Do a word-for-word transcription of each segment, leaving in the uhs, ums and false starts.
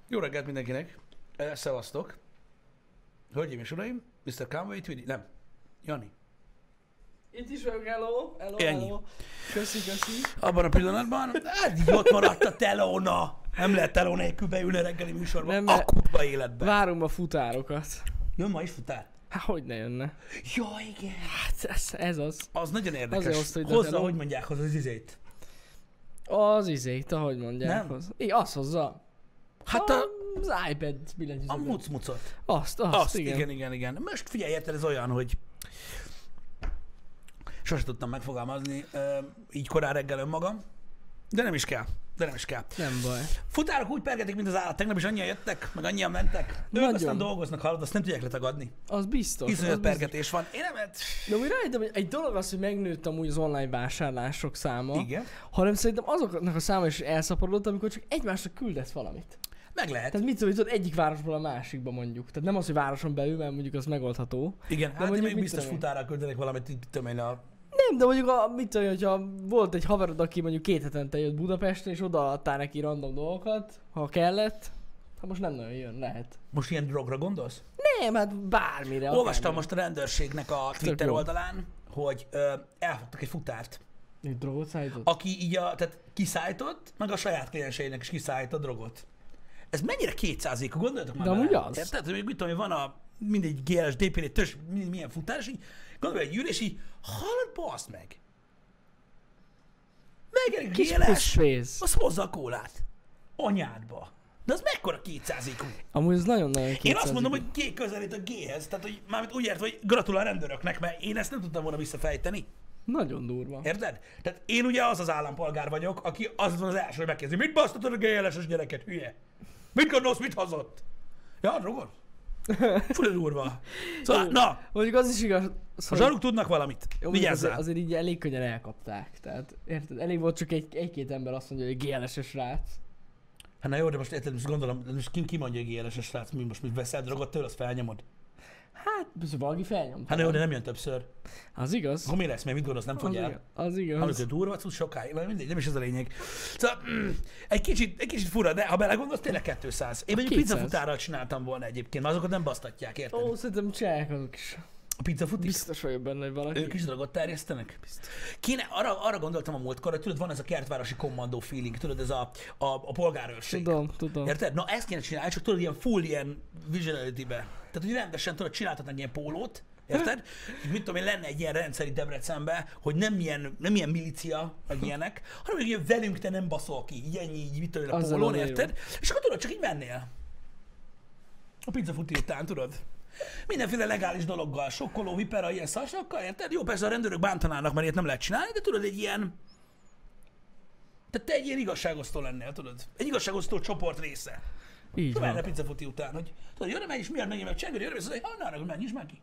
Jó reggelt mindenkinek! Eh, Szevasztok! Hölgyeim és uraim, miszter Conway, Twiddy, nem, Jani. Itt is vagyok, hello, hello, Ennyi. hello. Köszi, köszi. Abban a pillanatban, hát így ott maradt a telóna. Nem lehet teló nélkül beülni a reggeli műsorban, Nem, a mert- kurva életben. Várom a futárokat. Jön ma is futár? Hát hogy ne jönne? Ja, igen. Hát ez, ez az. Az nagyon Azért érdekes. hozta ide a Hozzá, teló. hogy mondják, hozzá az izét. Az izét, ahogy mondják. Nem? Az. I, azt hozza. Hát a, Az iPad a billentyűzetet. mucmucot. Azt, azt, Azt, igen. igen, igen, igen. Most figyelj, érted, ez olyan, hogy sose tudtam megfogalmazni ö, így korán reggel önmagam, de nem is kell. De nem is kell. Nem baj. Futárok úgy pergetik, mint az állat. Tegnap is annyian jöttek, meg annyian mentek. Ők Nagyon. aztán dolgoznak, hallod, azt nem tudják letagadni. Az biztos. Iszonyat az biztos. pergetés van. Én nem... De úgy rájöttem, hogy egy dolog az, hogy megnőtt amúgy az online vásárlások száma, Igen. hanem szerintem azoknak a száma is elszaporodott, amikor csak egymásnak küldesz valamit. Meg lehet. Tehát mit tudom, hogy tudod, egyik városból a másikba mondjuk. Tehát nem az, hogy városon belül, mert mondjuk az megoldható. Igen, hát mondjuk én még mit biztos tudom én? futárral küldenek valamit, mit tudom én, a... Nem, de mondjuk, a, mit tudom, hogyha volt egy haverod, aki mondjuk két hetente jött Budapesten, és odaadtál neki random dolgokat, ha kellett, hát most nem nagyon jön, lehet. Most ilyen drogra gondolsz? Nem, hát bármire. Olvastam akármire. most a rendőrségnek a Twitter jó. oldalán, hogy ö, elfogtak egy futárt, Egy drogot szállított? aki így a, tehát kiszállított, meg a saját klienseinek is kiszállított drogot. Ez mennyire kétszázaléka, gondoljatok már De amúgy bele. az. Érted? Hogy még mit tudom, hogy van a mindegy gé el es, dé pé dé, tös, mind- milyen futár, és így gondolj egy ülés, így hallod, baszd meg. Megjelenik Kis gé el es, puszpénz. az hozza a kólát. Anyádba. De az mekkora kétszázalékú? Amúgy ez nagyon-nagyon Én kétszázalékos. azt mondom, hogy G közelít a G-hez, tehát hogy mármint úgy ért, hogy gratulál a rendőröknek, mert én ezt nem tudtam volna visszafejteni. Nagyon durva. Érted? Tehát én ugye az az állampolgár vagyok, aki az van az első, hogy megkezdi. Mit basztatod a gé el es-es gyereket, hülye? Mit gondolsz, mit hozott? Ja, drogod? Fura durva. Szóval, na, Mondjuk az is igaz, a hogy zsaruk tudnak valamit. jó, mondjuk Vigyázzál. azért, azért így elég könnyen elkapták. Tehát érted? Elég volt csak egy, egy-két ember azt mondja, hogy gé el es-es srác. Hát na jó, de most érted, most gondolom, de most ki, ki mondja a gé el es-es srác, mi most mit veszel drogot tőle, azt felnyomod. Hát, biztos valaki felnyomta. Hát na jó, de nem jön többször. Az igaz. Akkor mi lesz, mert mit gondolsz, nem Az fogy igaz. el? Az igaz. Amikor durva cucc sokáig, mert mindegy, nem is ez a lényeg. Szóval mm, egy, kicsit, egy kicsit fura, de ha belegondolsz, tényleg kétszáz. Én mondjuk kétszáz. pizzafutárral csináltam volna egyébként, mert azokat nem basztatják, érted? Ó, szerintem csinálják azok is. A pizzafutik, Biztos vagyok benne, hogy valaki. ők is drogot terjesztenek? Kéne, arra, arra gondoltam a múltkor, hogy tudod, van ez a kertvárosi kommandó feeling, tudod, ez a, a, a polgárőrség. Tudom, tudom. Érted? Na ezt kéne csinálni, csak tudod, ilyen full ilyen visuality-be. Tehát, hogy rendesen tudod, csináltatnak ilyen pólót, érted? És mit tudom én, lenne egy ilyen rendszer itt Debrecenben, hogy nem ilyen, nem ilyen milícia, meg ilyenek, hanem hogy ilyen velünk te nem baszol ki, így ennyi, így mit tudom én a Azzal pólón, azért érted? És akkor tudod, csak így mennél. A pizzafuti után, tudod? Mindenféle legális dologgal, sokkoló, vipera, ilyen szarsakkal, érted? Jó, persze a rendőrök bántanának, mert ilyet nem lehet csinálni, de tudod, egy ilyen... Tehát te egy ilyen igazságosztó lennél, tudod? Egy igazságosztó csoport része. Így Menne van. pizzafuti után, hogy tudod, jön, megy, és miért megint meg csengeri, jön, és azt mondja, hogy menj is már ki.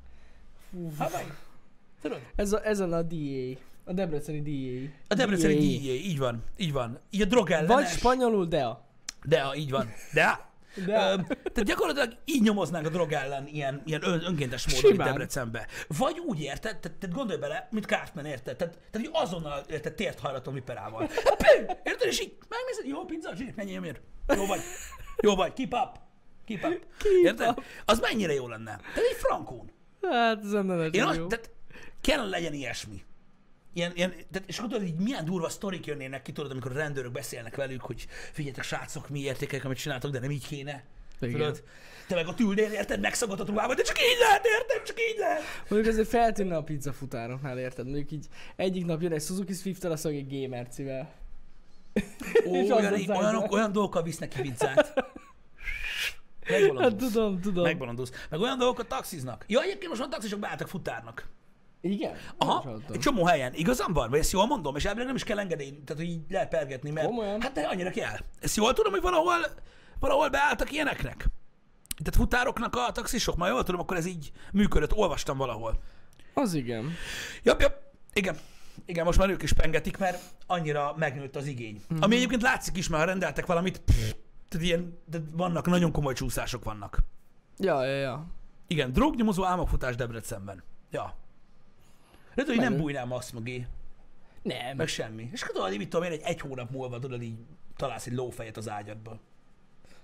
Hát meg. Tudod? Ez a, ezen a dé á. A debreceni dé á. A Debreceni dé á. dé á, így van, így van. Így a drogellenes. Vagy spanyolul dea. De, így van. De. De. Öm, tehát gyakorlatilag így nyomoznánk a drog ellen ilyen, ilyen ön, önkéntes módon itt Simán. Debrecenbe. Vagy úgy érted, tehát, tehát gondolj bele, mint Cartman, érted? Tehát, tehát hogy azonnal érted, tért hajlatom viperával. Hát, pü, érted? És így megnézed, jó pizza, zsír, menjél miért? Jó vagy. Jó vagy, keep up. Keep up. Érted? Az mennyire jó lenne? Tehát egy frankón. Hát ez nem Én nagyon azt, jó. tehát kellene legyen ilyesmi. Ilyen, ilyen, tehát, és akkor tudod, így milyen durva sztorik jönnének ki, tudod, amikor a rendőrök beszélnek velük, hogy figyeljetek, srácok, mi értékelik, amit csináltok, de nem így kéne. Igen. Tudod? Te meg ott ülnél, érted, megszagott a ruhában, de csak így lehet, érted, csak így lehet. Mondjuk azért feltűnne a pizzafutároknál, érted? Mondjuk így egyik nap jön egy Suzuki Swift-tel, azt mondja egy gamercivel. Ó, És olyan, azzal olyan, szállsz. olyan dolgokkal visznek ki pizzát. Megbolondulsz. Hát tudom, tudom. Megbolondulsz. Meg olyan dolgokat taxiznak. Ja, egyébként most már taxisok beálltak futárnak. Igen? Nem is Aha, hallottam. egy csomó helyen. Igazam van? Vagy ezt jól mondom? És elvileg nem is kell engedély, tehát hogy így lehet pergetni, mert Komolyan? hát de annyira kell. Ezt jól tudom, hogy valahol, valahol beálltak ilyeneknek. Tehát futároknak a taxisok, már jól tudom, akkor ez így működött, olvastam valahol. Az igen. Jap, jap, igen. Igen, most már ők is pengetik, mert annyira megnőtt az igény. Mm-hmm. Ami egyébként látszik is, mert ha rendeltek valamit, pff, tehát ilyen, de vannak, nagyon komoly csúszások vannak. Ja, ja, ja. Igen, drognyomozó álmokfutás Debrecenben. Ja. De tudod, hogy nem Menő. bújnám azt mögé. Nem. Meg semmi. És akkor tudod, mit tudom én, egy, egy hónap múlva tudod így találsz egy lófejet az ágyadba.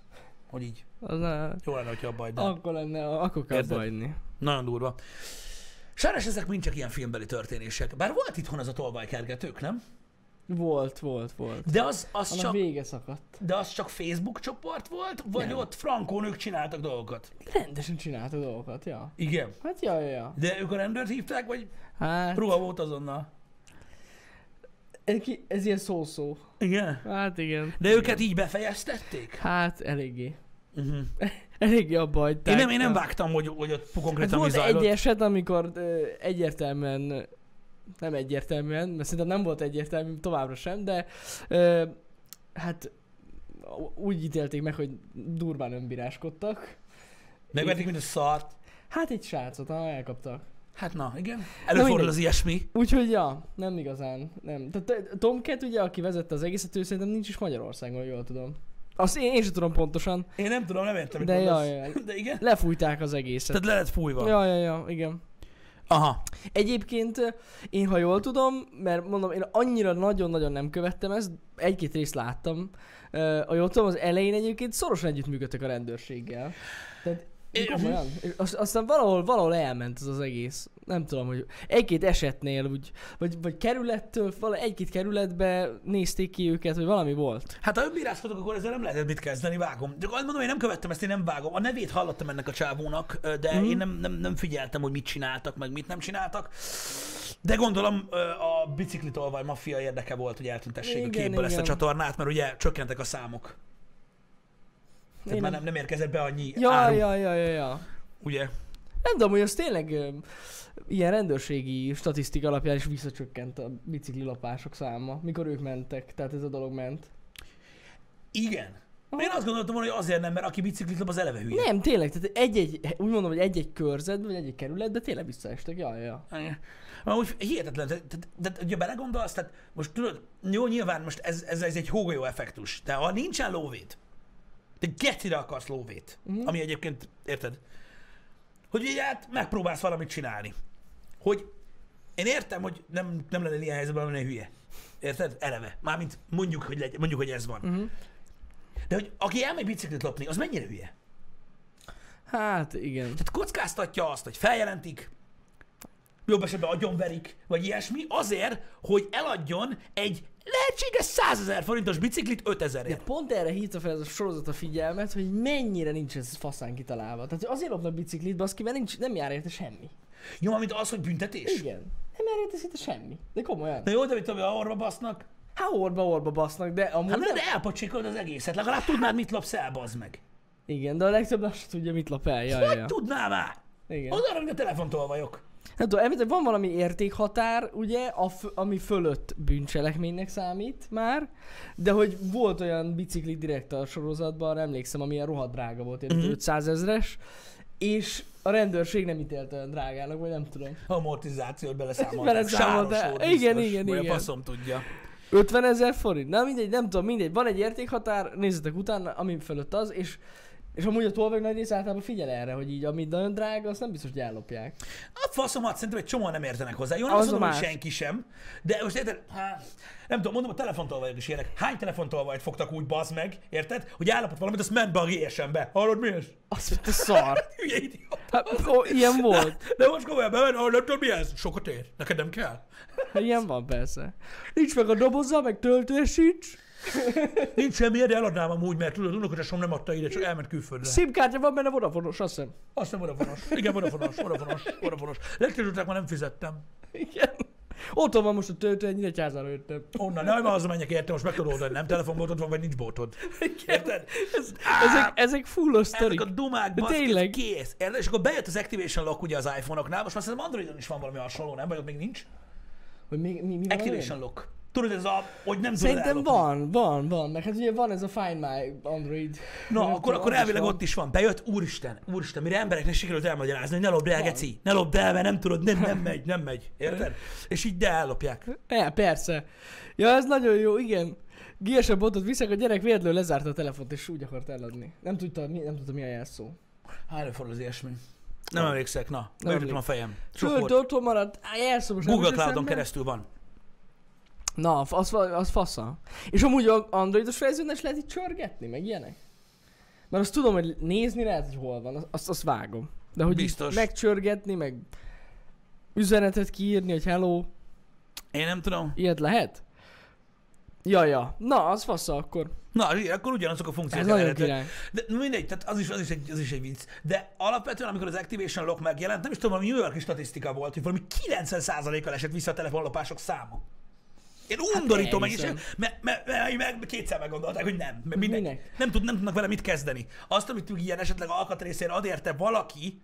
hogy így. Az ne... Jó lenne, hogyha abba hagynám. Akkor lenne, akkor kell Érted? hagyni. Nagyon durva. Sajnos ezek mind csak ilyen filmbeli történések. Bár volt itthon az a tolvajkergetők, nem? Volt, volt, volt. De az, az Annak csak... vége szakadt. De az csak Facebook csoport volt, vagy Nem. ott frankó nők csináltak dolgokat? Rendesen csinálta dolgokat, ja. Igen. Hát ja, ja, ja. De ők a rendőrt hívták, vagy Hát, ruha volt azonnal? ez, ki- ez ilyen szó-szó. Igen. Hát igen. De őket így befejeztették? Hát eléggé. Uh-huh. Eléggé abba hagyták. Én nem, én nem vágtam, hogy, hogy ott Hát konkrétan mi volt zajlott. egy eset, amikor ö, egyértelműen, nem egyértelműen, mert szerintem nem volt egyértelmű továbbra sem, de ö, hát úgy ítélték meg, hogy durván önbíráskodtak. Megvették, mint a szart. Hát egy srácot, ha elkaptak. Hát na, igen. Előfordul mindegy. az ilyesmi. Úgyhogy ja, nem igazán. Nem. Tehát Tomcat ugye, aki vezette az egészet, ő szerintem nincs is Magyarországon, jól tudom. Azt én, én sem tudom pontosan, Én nem tudom, nem értem, mit de mondasz. ja, ja. De igen. Lefújták az egészet. Tehát le lett fújva. Ja, ja, ja, igen. Aha. Egyébként én, ha jól tudom, mert mondom, én annyira nagyon-nagyon nem követtem ezt, egy-két részt láttam, uh, ha jól tudom, az elején egyébként szorosan együttműködtek a rendőrséggel. Tehát É, komolyan. És azt- Aztán valahol, valahol elment ez az egész. Nem tudom, hogy egy-két esetnél, úgy, vagy, vagy kerülettől, vala, egy-két kerületbe nézték ki őket, vagy valami volt. Hát ha önbíráskodok, akkor ezzel nem lehetett mit kezdeni, vágom. Csak azt mondom, én nem követtem ezt, én nem vágom. A nevét hallottam ennek a csávónak, de Mhm. én nem, nem, nem figyeltem, hogy mit csináltak, meg mit nem csináltak. De gondolom ö, a biciklitolvaj maffia érdeke volt, hogy eltüntessék a Igen, képből ezt a igen. csatornát, mert ugye csökkentek a számok. Tehát Én már nem- nem, nem érkezett be annyi Ja, áru, ja, ja, ja, ja. ugye? Nem tudom, hogy az tényleg ö, ilyen rendőrségi statisztika alapján is visszacsökkent a biciklilopások száma, mikor ők mentek, tehát ez a dolog ment. Igen. Aha. Én azt gondoltam volna, hogy azért nem, mert aki biciklit lop, az eleve hülye. Nem, tényleg, tehát egy-egy, úgy mondom, hogy egy-egy körzetben, vagy egy-egy kerületben tényleg visszaestek, ja, ja. Igen. Amúgy hihetetlen, de, de, de, de ugye belegondolsz, tehát most tudod, jó, nyilván most ez, ez, ez egy hógolyó effektus, de ha nincsen lóvét, de gecire akarsz lóvét, Mhm. ami egyébként, érted, hogy ugye hát megpróbálsz valamit csinálni, hogy én értem, hogy nem, nem lenne ilyen helyzetben, lenni hülye, érted, eleve, mármint mondjuk, hogy, legy, mondjuk, hogy ez van, Uh-huh. de hogy aki elmegy biciklit lopni, az mennyire hülye? Hát igen. Tehát kockáztatja azt, hogy feljelentik, jobb esetben agyonverik, vagy ilyesmi, azért, hogy eladjon egy lehetséges százezer forintos biciklit De ötezerért. pont erre hívta fel ez a sorozat a figyelmet, hogy mennyire nincs ez faszán kitalálva. Tehát azért lopnak biciklit, baszki, mert nincs, nem jár érte semmi. Jó, mint az, hogy büntetés? Igen. Nem jár érte szinte semmi. De komolyan. Na jó, de mit tudom, a orba basznak? Hát orba-orba basznak, de amúgy Hát nem. de elpocsékolod az egészet, legalább tudnád, mit lopsz el, bazd meg. Igen, de a legtöbb azt sem tudja, mit lop el. Ja, ja, Hogy ja. tudnál már? Igen. Oda rakd a telefontolvajok. Nem tudom, említem, van valami értékhatár, ugye, a f- ami fölött bűncselekménynek számít már, de hogy volt olyan bicikli direkt a sorozatban, emlékszem, ami ilyen rohadt drága volt, ilyen Mhm. ötszázezres, és a rendőrség nem ítélte olyan drágának, vagy nem tudom. Amortizációt beleszámolták. Beleszámolták. Sáros volt Igen, biztos, igen, vagy a igen. faszom tudja. ötvenezer forint? Na mindegy, nem tudom, mindegy. Van egy értékhatár, nézzetek utána, ami fölött az, és és amúgy a tolvag nagy rész általában figyel erre, hogy így amit nagyon drága, azt nem biztos, hogy ellopják. A faszomat szerintem egy csomóan nem értenek hozzá. Jó, nem Az azt mondom, hogy más. senki sem, de most érted, hát, nem tudom, mondom, a telefontolvajok is ilyenek. Hány telefontolvajt fogtak úgy, bazd meg, érted? Hogy állapot valamit, azt ment be a gé es em-be. Hallod mi ez? Azt mondta, szar. Hülye idióta. Hát, ó, ilyen volt. De most komolyan bemen, hallod, nem tudom mi ez? Sokat ér. Neked nem kell? Hát ilyen van persze. Nincs meg a dobozza, meg töltő sincs. Nincs semmi, de eladnám amúgy, mert tudod, unokatesom nem adta ide, csak elment külföldre. Szimkártya van benne, vodafonos, azt hiszem. Azt nem vodafonos. Igen, vodafonos, vodafonos, vodafonos. Legközültek már nem fizettem. Igen. Otthon van most a töltő, egy Nyíregyházára jöttem. Onnan, ne, ma hazamenjek érte, most meg tudod oldani, nem telefonbótod van, vagy nincs bótod. Érted? Ez, ezek, ezek full sztorik. Ezek a dumák, De baszki, tényleg. kész. Érted? És akkor bejött az Activation Lock ugye az iPhone-oknál, most már szerintem Androidon is van valami hasonló, nem? Vagy ott még nincs? Hogy mi, mi, mi van Activation olyan? Lock. Tudod, ez a, hogy nem tudod Szerintem ellopni. van, van, van. Meg hát ugye van ez a Find My Android. Na, Nem akkor, tudom, akkor az is elvileg van. ott is van. Bejött, úristen, úristen, mire embereknek sikerült elmagyarázni, hogy ne lopd el, Van. geci, ne lopd el, mert nem tudod, nem, nem megy, nem megy. Érted? És így de ellopják. Ja, persze. Ja, ez nagyon jó, igen. gé es em botot viszek, a gyerek véletlenül lezárta a telefont, és úgy akart eladni. Nem tudta, mi, nem tudta mi a jelszó. Há, előfordul az ilyesmi. Nem emlékszek, na, Nem beütöttem a fejem. Sok Föld volt. otthon maradt, á, jelszó most nem Google jut Cloudon eszembe. keresztül van. Na, az, az fasza. És amúgy a androidos verziónál is lehet itt csörgetni, meg ilyenek? Mert azt tudom, hogy nézni lehet, hogy hol van, azt, azt vágom. De hogy Biztos. megcsörgetni, meg üzenetet kiírni, hogy hello, Én nem tudom. ilyet lehet? Ja, ja. Na, az fasz akkor. Na, akkor ugyanazok a funkciók. Ez nagyon elérhetőek. király. De mindegy, tehát az is, az, is egy, az is egy vicc. De alapvetően, amikor az Activation Lock megjelent, nem is tudom, valami New York-i statisztika volt, hogy valami kilencven százalékkal esett vissza a telefonlopások száma. Én undorító meg is, elhiszem. mert me, me, me, me, kétszer meggondolták, hogy nem. Mert Minek? minek? Nem, tud, nem tudnak vele mit kezdeni. Azt, amit ilyen esetleg alkatrészére ad érte valaki,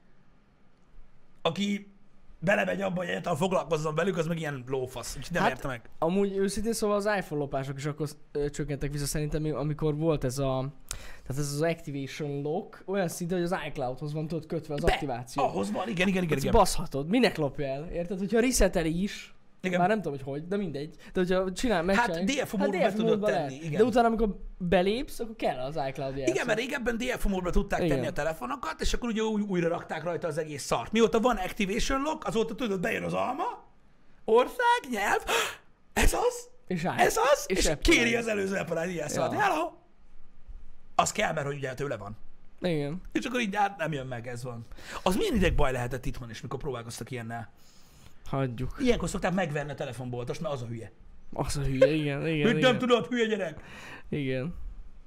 aki belemegy abba, hogy egyáltalán foglalkozzon velük, az meg ilyen lófasz. Úgyhogy nem Hát, érte meg. Amúgy őszintén szóval az iPhone lopások is akkor ö, csökkentek vissza szerintem, amikor volt ez a... Tehát ez az Activation Lock olyan szinte, hogy az iCloudhoz van tudod kötve az Be, aktiváció. ahhoz van, igen, igen, igen. Ezt igen. baszhatod. Minek lopja el? Érted? Hogyha reseteli is, Igen. már nem tudom, hogy hogy, de mindegy. De hogyha csinál, megcsinálja... Hát dé ef o módba be tudod módba tenni, lehet. igen. De utána, amikor belépsz, akkor kell az iCloud jelszó. Igen, mert régebben dé ef o módba tudták Igen. tenni a telefonokat, és akkor ugye új, újra rakták rajta az egész szart. Mióta van Activation Lock, azóta tudod, bejön az alma, ország, nyelv, ez az, És áll. ez az, és, és Apple kéri áll. az előző Apple I D szart. Ja. Hello! Az kell, mert hogy ugye tőle van. Igen. És akkor így hát nem jön meg, ez van. Az milyen ideg baj lehetett itthon is, mikor próbálkoztak ilyennel? Hagyjuk. Ilyenkor szokták megverni a telefonboltost, mert az a hülye. Az a hülye, igen, igen, Mit igen. nem tudod, hülye gyerek? Igen.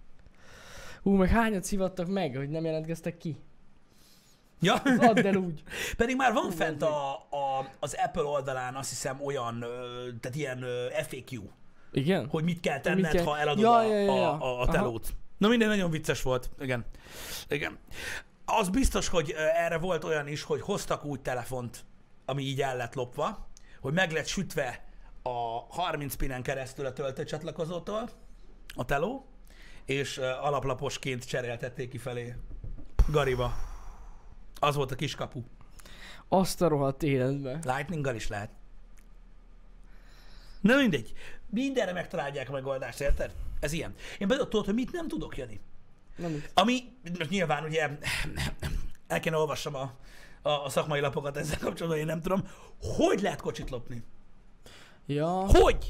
Hú, meg hányat szivattak meg, hogy nem jelentkeztek ki? Ja. Add el úgy. Pedig már van fent a, a, az Apple oldalán azt hiszem olyan, ö, tehát ilyen ö, ef á kú, Igen? hogy mit kell tenned, mit kell- ha eladod Ja, a, ja, ja, ja. a, a, a Aha. telót. Na minden nagyon vicces volt, igen. Igen. Az biztos, hogy ö, erre volt olyan is, hogy hoztak úgy telefont, ami így el lett lopva, hogy meg lett sütve a harminc pinen keresztül a töltőcsatlakozótól a teló, és ö, alaplaposként cseréltették ki felé Gariba. Az volt a kiskapu. Azt a rohadt életbe. Lightninggal is lehet. Na mindegy. Mindenre megtalálják a megoldást, érted? Ez ilyen. Én például tudod, hogy mit nem tudok, Jani? Nem mit. Ami, most nyilván ugye, el kéne olvassam a, a, a szakmai lapokat ezzel kapcsolatban, én nem tudom. Hogy lehet kocsit lopni? Ja. Hogy?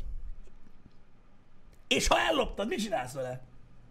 És ha elloptad, mit csinálsz vele?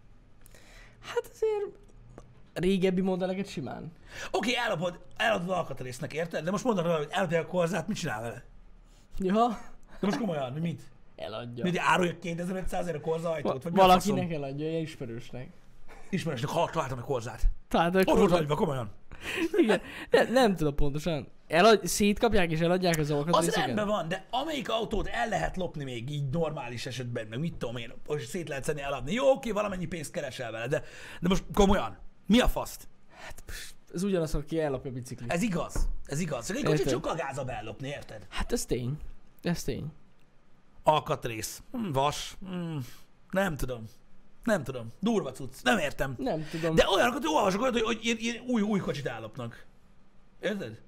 Hát azért régebbi modelleket simán. Oké, okay, ellopod, ellopod alkatrésznek, érted? De most mondod, hogy ellopja a korzát, mit csinál vele? Ja. De most komolyan, hogy mit? Eladja. Mit árulja kétezer-ötszáz a korzaajtót? Va- Vagy mi a faszom? valakinek eladja, ilyen ismerősnek. Ismerősnek, ha találtam a korzát. Tehát Ott volt akkor... hagyva, komolyan. Igen. Ne, nem tudom pontosan. Elad... Szétkapják és eladják az alkat. Az rendben van, de amelyik autót el lehet lopni még így normális esetben, meg mit tudom én, most szét lehet szedni, eladni. Jó, oké, valamennyi pénzt keresel vele, de, de most komolyan, mi a faszt? Ez ugyanaz, aki ellopja a biciklit. Ez igaz, ez igaz. Csak egy kocsit Érted. sokkal gázabb ellopni, érted? Hát ez tény. Ez tény. Alkatrész, hm, vas, hm, nem tudom. Nem tudom. Durva cucc. Nem értem. Nem tudom. De olyanokat olvasok olyat, hogy, hogy ilyen, ilyen új, új kocsit ellopnak. Érted?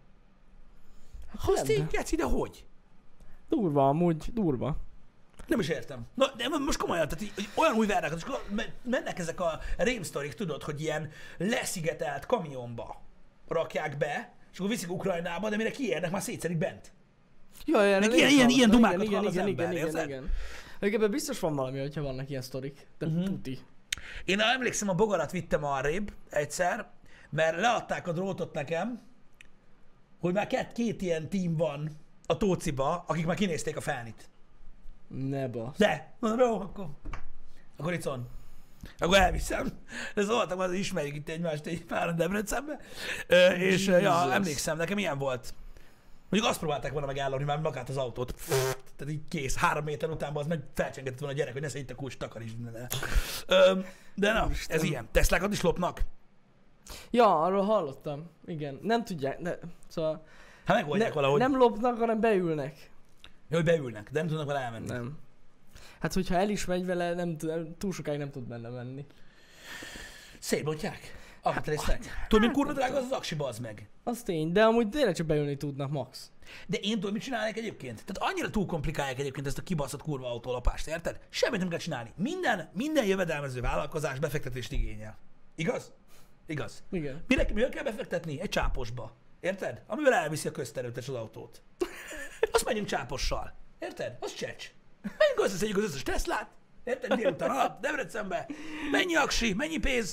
Hát Azt nem, így, de- Geci, de hogy? Durva amúgy, durva. Nem is értem. Na, de most komolyan, tehát így, hogy olyan új verdákat, és akkor me- mennek ezek a rémsztorik, tudod, hogy ilyen leszigetelt kamionba rakják be, és akkor viszik Ukrajnába, de mire kiérnek, már szétszedik bent. Ja, erre Meg én ilyen- is ilyen- hallottam. ilyen dumákat igen, hall az igen, ember, igen, érzed? igen, igen. Ebben biztos van valami, hogyha vannak ilyen sztorik. De Mhm. uh-huh. tuti. Én emlékszem, a bogarat vittem arrébb egyszer, mert leadták a drótot nekem, hogy már két, két ilyen tím van a Tóciba, akik már kinézték a felnit. Ne basz. De, mondom, jó, akkor, akkor itt van. Akkor elviszem. De szóltak, már ismerjük itt egymást egy pár Debrecenbe. Ö, és ö, ja, Jesus. emlékszem, nekem ilyen volt. Mondjuk azt próbálták volna megállani már magát az autót. Tehát így kész, három méter után az meg felcsengetett volna a gyerek, hogy ne szedj a kulcs, takarítsd minden el. Ö, De na, ez ilyen. Teslákat is lopnak? Ja, arról hallottam. Igen. Nem tudják. Ne, szóval Hát megoldják ne, valahogy. nem lopnak, hanem beülnek. Jó, hogy beülnek, de nem tudnak vele elmenni. Nem. Hát, hogyha el is megy vele, nem tud, túl sokáig nem tud benne menni. Szétbontják. Alkatrésznek. Tudod, mi kurva drága az az aksi, bazd meg? Az tény, de amúgy tényleg csak beülni tudnak max. De én tudom, mit csinálják egyébként? Tehát annyira túl komplikálják egyébként ezt a kibaszott kurva autólapást, érted? Semmit nem kell csinálni. Minden, minden jövedelmező vállalkozás befektetést igényel. Igaz? Igaz. Igen. Mire, mire kell befektetni? Egy csáposba. Érted? Amivel elviszi a közterültes az autót. Azt megyünk csápossal. Érted? Az csecs. Menjünk összeszedjük az összes Teslát. Érted? Délután alatt, Debrecenbe. Mennyi aksi, mennyi pénz?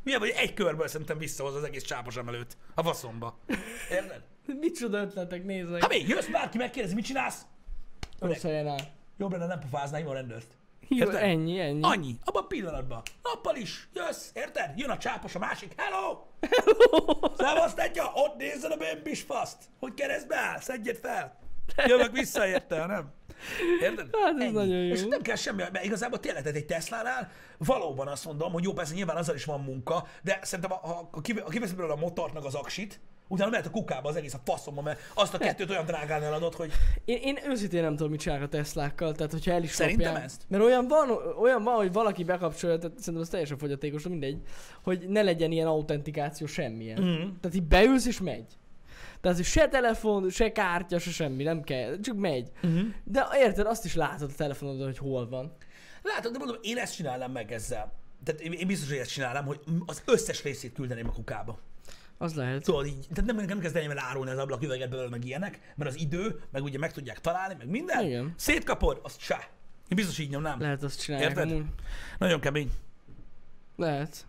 Milyen, hogy egy körből szerintem visszahoz az egész csápos emelőt a faszomba. Érted? Micsoda ötletek, nézzek. Hát még jössz bárki, megkérdezi, mit csinálsz? Rossz helyen áll. Jobb lenne nem pofáznál, hívom a rendőrt. Jó, Érted? ennyi, ennyi. Annyi, abban a pillanatban. Nappal is, jössz, érted? Jön a csápos, a másik, hello! Szevasz, tetya, ott nézed a bimbis faszt. Hogy keresztbe áll, szedjed fel. Jövök vissza, érte, nem? Érted? Hát ez Ennyi. nagyon jó. És nem kell semmi, mert igazából tényleg tehát egy Teslánál valóban azt mondom, hogy jó, persze nyilván azzal is van munka, de szerintem ha, ha ha kiveszed belőle a motort meg az aksit, utána mehet a kukába az egész a faszomba, mert azt a kettőt olyan drágán eladod, hogy... Én, én őszintén nem tudom, mit csinálnak a Teslákkal, tehát hogyha el is Szerintem kapják. ezt? Mert olyan van, olyan van, hogy valaki bekapcsolja, tehát szerintem az teljesen fogyatékos, de mindegy, hogy ne legyen ilyen autentikáció semmilyen. Mm. Tehát így beülsz és megy. Tehát hogy se telefon, se kártya, se semmi, nem kell, csak megy. Uh-huh. De érted, azt is látod a telefonodon, hogy hol van. Látod, de mondom, én ezt csinálnám meg ezzel. Tehát én, én biztos, hogy ezt csinálnám, hogy az összes részét küldeném a kukába. Az lehet. Tudod, így, tehát nem, nem kezdeném el árulni az ablaküveget belőle, meg ilyenek, mert az idő, meg ugye meg tudják találni, meg minden. Igen. Szétkapod, azt se. Én biztos így nyomnám. Lehet azt csinálják. Érted? Amúgy. Nagyon kemény. Lehet.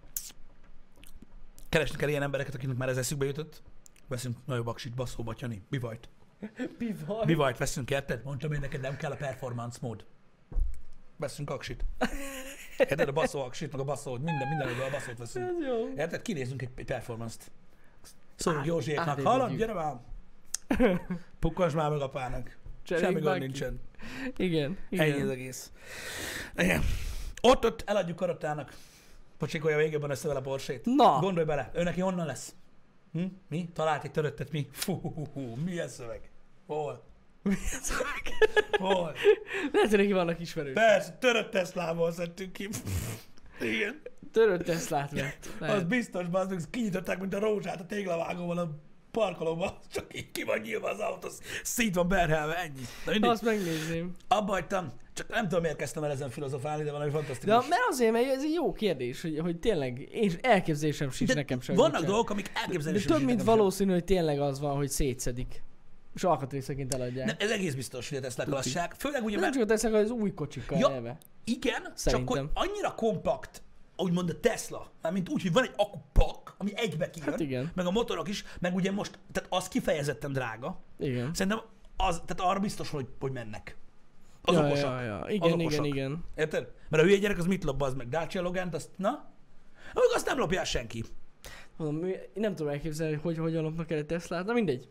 Keresni kell ilyen embereket, akiknek már ez eszükbe jutott. Veszünk nagyobb aksit, basszó, batyani. Bivajt. Bivaj. Bivajt veszünk, érted? Mondtam én neked, nem kell a performance mód. Veszünk aksit. Érted? A basszó aksit, meg a basszót, minden, mindenből a basszót veszünk. Ez jó. Érted? Kinézünk egy, egy performance-t. Szólunk Józsiéknak, átépítjük. hallod, gyere már! Pukkasd már meg apának. Cseréljük Semmi gond már ki. nincsen. Igen. Igen. Ennyi az egész. Igen. Ott, ott eladjuk Karottának. Pocsikolja végében össze vele a Porsét. Na. Gondolj bele, ő neki honnan lesz? Hm? Mi? Talált egy töröttet, mi? Fú, hú, hú, milyen szöveg? Hol? Milyen szöveg? Hol? Lehet, hogy neki vannak ismerők. Persze, törött Teslából szedtünk ki. Igen. Törött Teslát vett. Az Lehet. biztos, az meg kinyitották, mint a rózsát a téglavágóval a parkolóban. Csak így ki van nyilván az autó, szét van berhelve, ennyi. Na mindig, Azt megnézném. abba hagytam. Csak nem tudom, miért kezdtem el ezen filozofálni, de valami De fantasztikus. mert azért, mert ez egy jó kérdés, hogy, hogy tényleg én elképzelésem sincs De nekem sem. vannak sem. dolgok, amik De elképzelésem több sincs mint nekem sem. valószínű, hogy tényleg az van, hogy szétszedik. És alkatrészeként eladják. Nem, ez egész biztos, hogy a Teslák Tuti. lassák. Főleg ugye, Nem mert csak a teszek, az új kocsikkal Ja. eleve. igen, Szerintem. csak hogy annyira kompakt, úgymond a Tesla, mármint úgy, hogy van egy akupak, ami egybe kijön, Hát igen. meg a motorok is, meg ugye most, tehát az kifejezetten drága. Igen. Szerintem az, tehát arra biztos, hogy, hogy mennek. Az ja, okosak. ja, ja. Az Igen, igen, okosak. igen. Érted? Mert a hülye gyerek az mit lop, az meg Dacia Logant, azt, na? Amíg azt nem lopja senki. Mondom, én nem tudom elképzelni, hogy hogy hogyan lopnak el egy Teslát, de mindegy.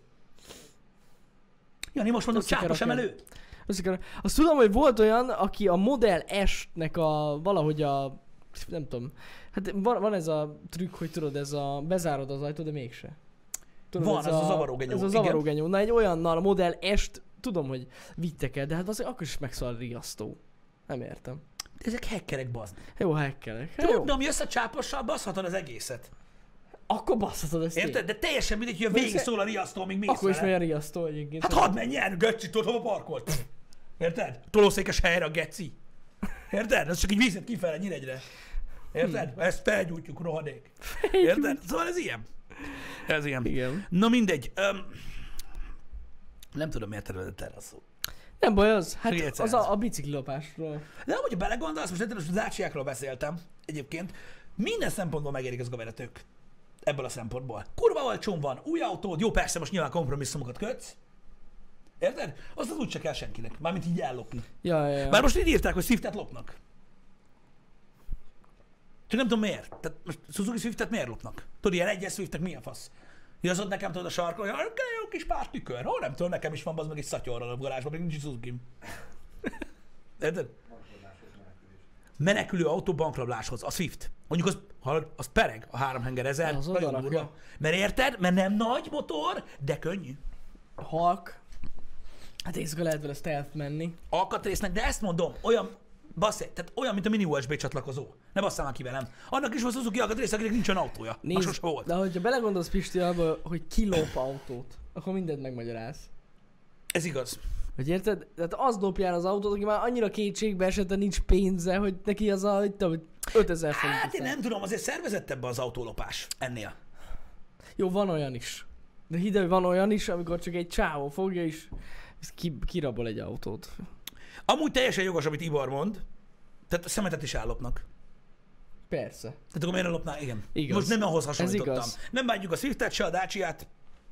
Jani, most mondod, Össze kell csápos rakni. emelő? Össze Azt tudom, hogy volt olyan, aki a Model S-nek a valahogy a nem tudom. Hát van, van ez a trükk, hogy tudod, ez a bezárod az ajtót, de mégse. Tudod, Van, ez a zavarógenyó, Ez a igen. zavarógenyó. Na egy olyannal a Model S-t tudom, hogy vittek el, de hát az akkor is megszól a riasztó. Nem értem. Ezek hackerek, bazd. Jó, hackelek. Te Hát jó. mondom, jössz a csápossal, baszhatod az egészet. Akkor basszhatod ezt Érted? én. De teljesen mindegy, hogy a Persze. végig szól a riasztó, amíg mész Akkor is vele. olyan riasztó egyébként. Hát hadd menj el, Göcsi, tudod, hova parkolt? Pff. Érted? Tolószékes helyre a geci. Érted? Ez csak így vízet kifele Nyíregyre. Érted? Hmm. Ezt felgyújtjuk, rohadék. Érted? Szóval ez ilyen. Ez ilyen. Igen. Na mindegy. Um, nem tudom, miért tervezett erre a szó. Nem baj az. Hát Figyelj, az a, a biciklilopásról. De amúgy, ha belegondolsz, most érted, most az ácsiákról beszéltem egyébként, minden szempontból megérik azok a vezetők. Ebből a szempontból. Kurva olcsón van, új autód, jó persze, most nyilván kompromisszumokat kötsz. Érted? Azt az úgyse kell senkinek. Mármint így ellopni. Ja, ja, ja. Bár most így írták, hogy Swiftet lopnak. Csak nem tudom miért. Tehát most Suzuki Swiftet miért lopnak? Tudod, ilyen egyes Swiftek milyen fasz? Igazod nekem tudod a sarkon, hogy jó kis pár tükör. Hol nem tudom, nekem is van, az meg egy szatyorral a garázsban, még nincs Suzuki. Érted? Menekülő autó bankrabláshoz, a Swift. Mondjuk az, hallod, az pereg a háromhenger ezer. Az nagyon odarakja. durva. Mert érted? Mert nem nagy motor, de könnyű. Halk. Hát éjszaka lehet vele stealth menni. Alkatrésznek, de ezt mondom, olyan, basszé, tehát olyan, mint a mini u es bé csatlakozó. Ne basszál már ki velem. Annak is van Suzuki alkatrész, akinek nincsen autója. Nézd, sose volt. de hogyha belegondolsz Pisti abba, hogy kilop autót, akkor mindent megmagyaráz. Ez igaz. Hogy érted? Tehát az lopja el az autót, aki már annyira kétségbe esett, hogy nincs pénze, hogy neki az a, hogy tudom, ötezer forint. Hát én nem tudom, azért szervezettebb az autólopás ennél. Jó, van olyan is. De hidd el, hogy van olyan is, amikor csak egy csávó fogja és ki, kirabol egy autót. Amúgy teljesen jogos, amit Ibor mond. Tehát a szemetet is ellopnak. Persze. Tehát akkor miért ne lopnál? Igen. Igaz. Most nem ahhoz hasonlítottam. igaz. Nem bánjuk a Swiftet, se a Dacia-t.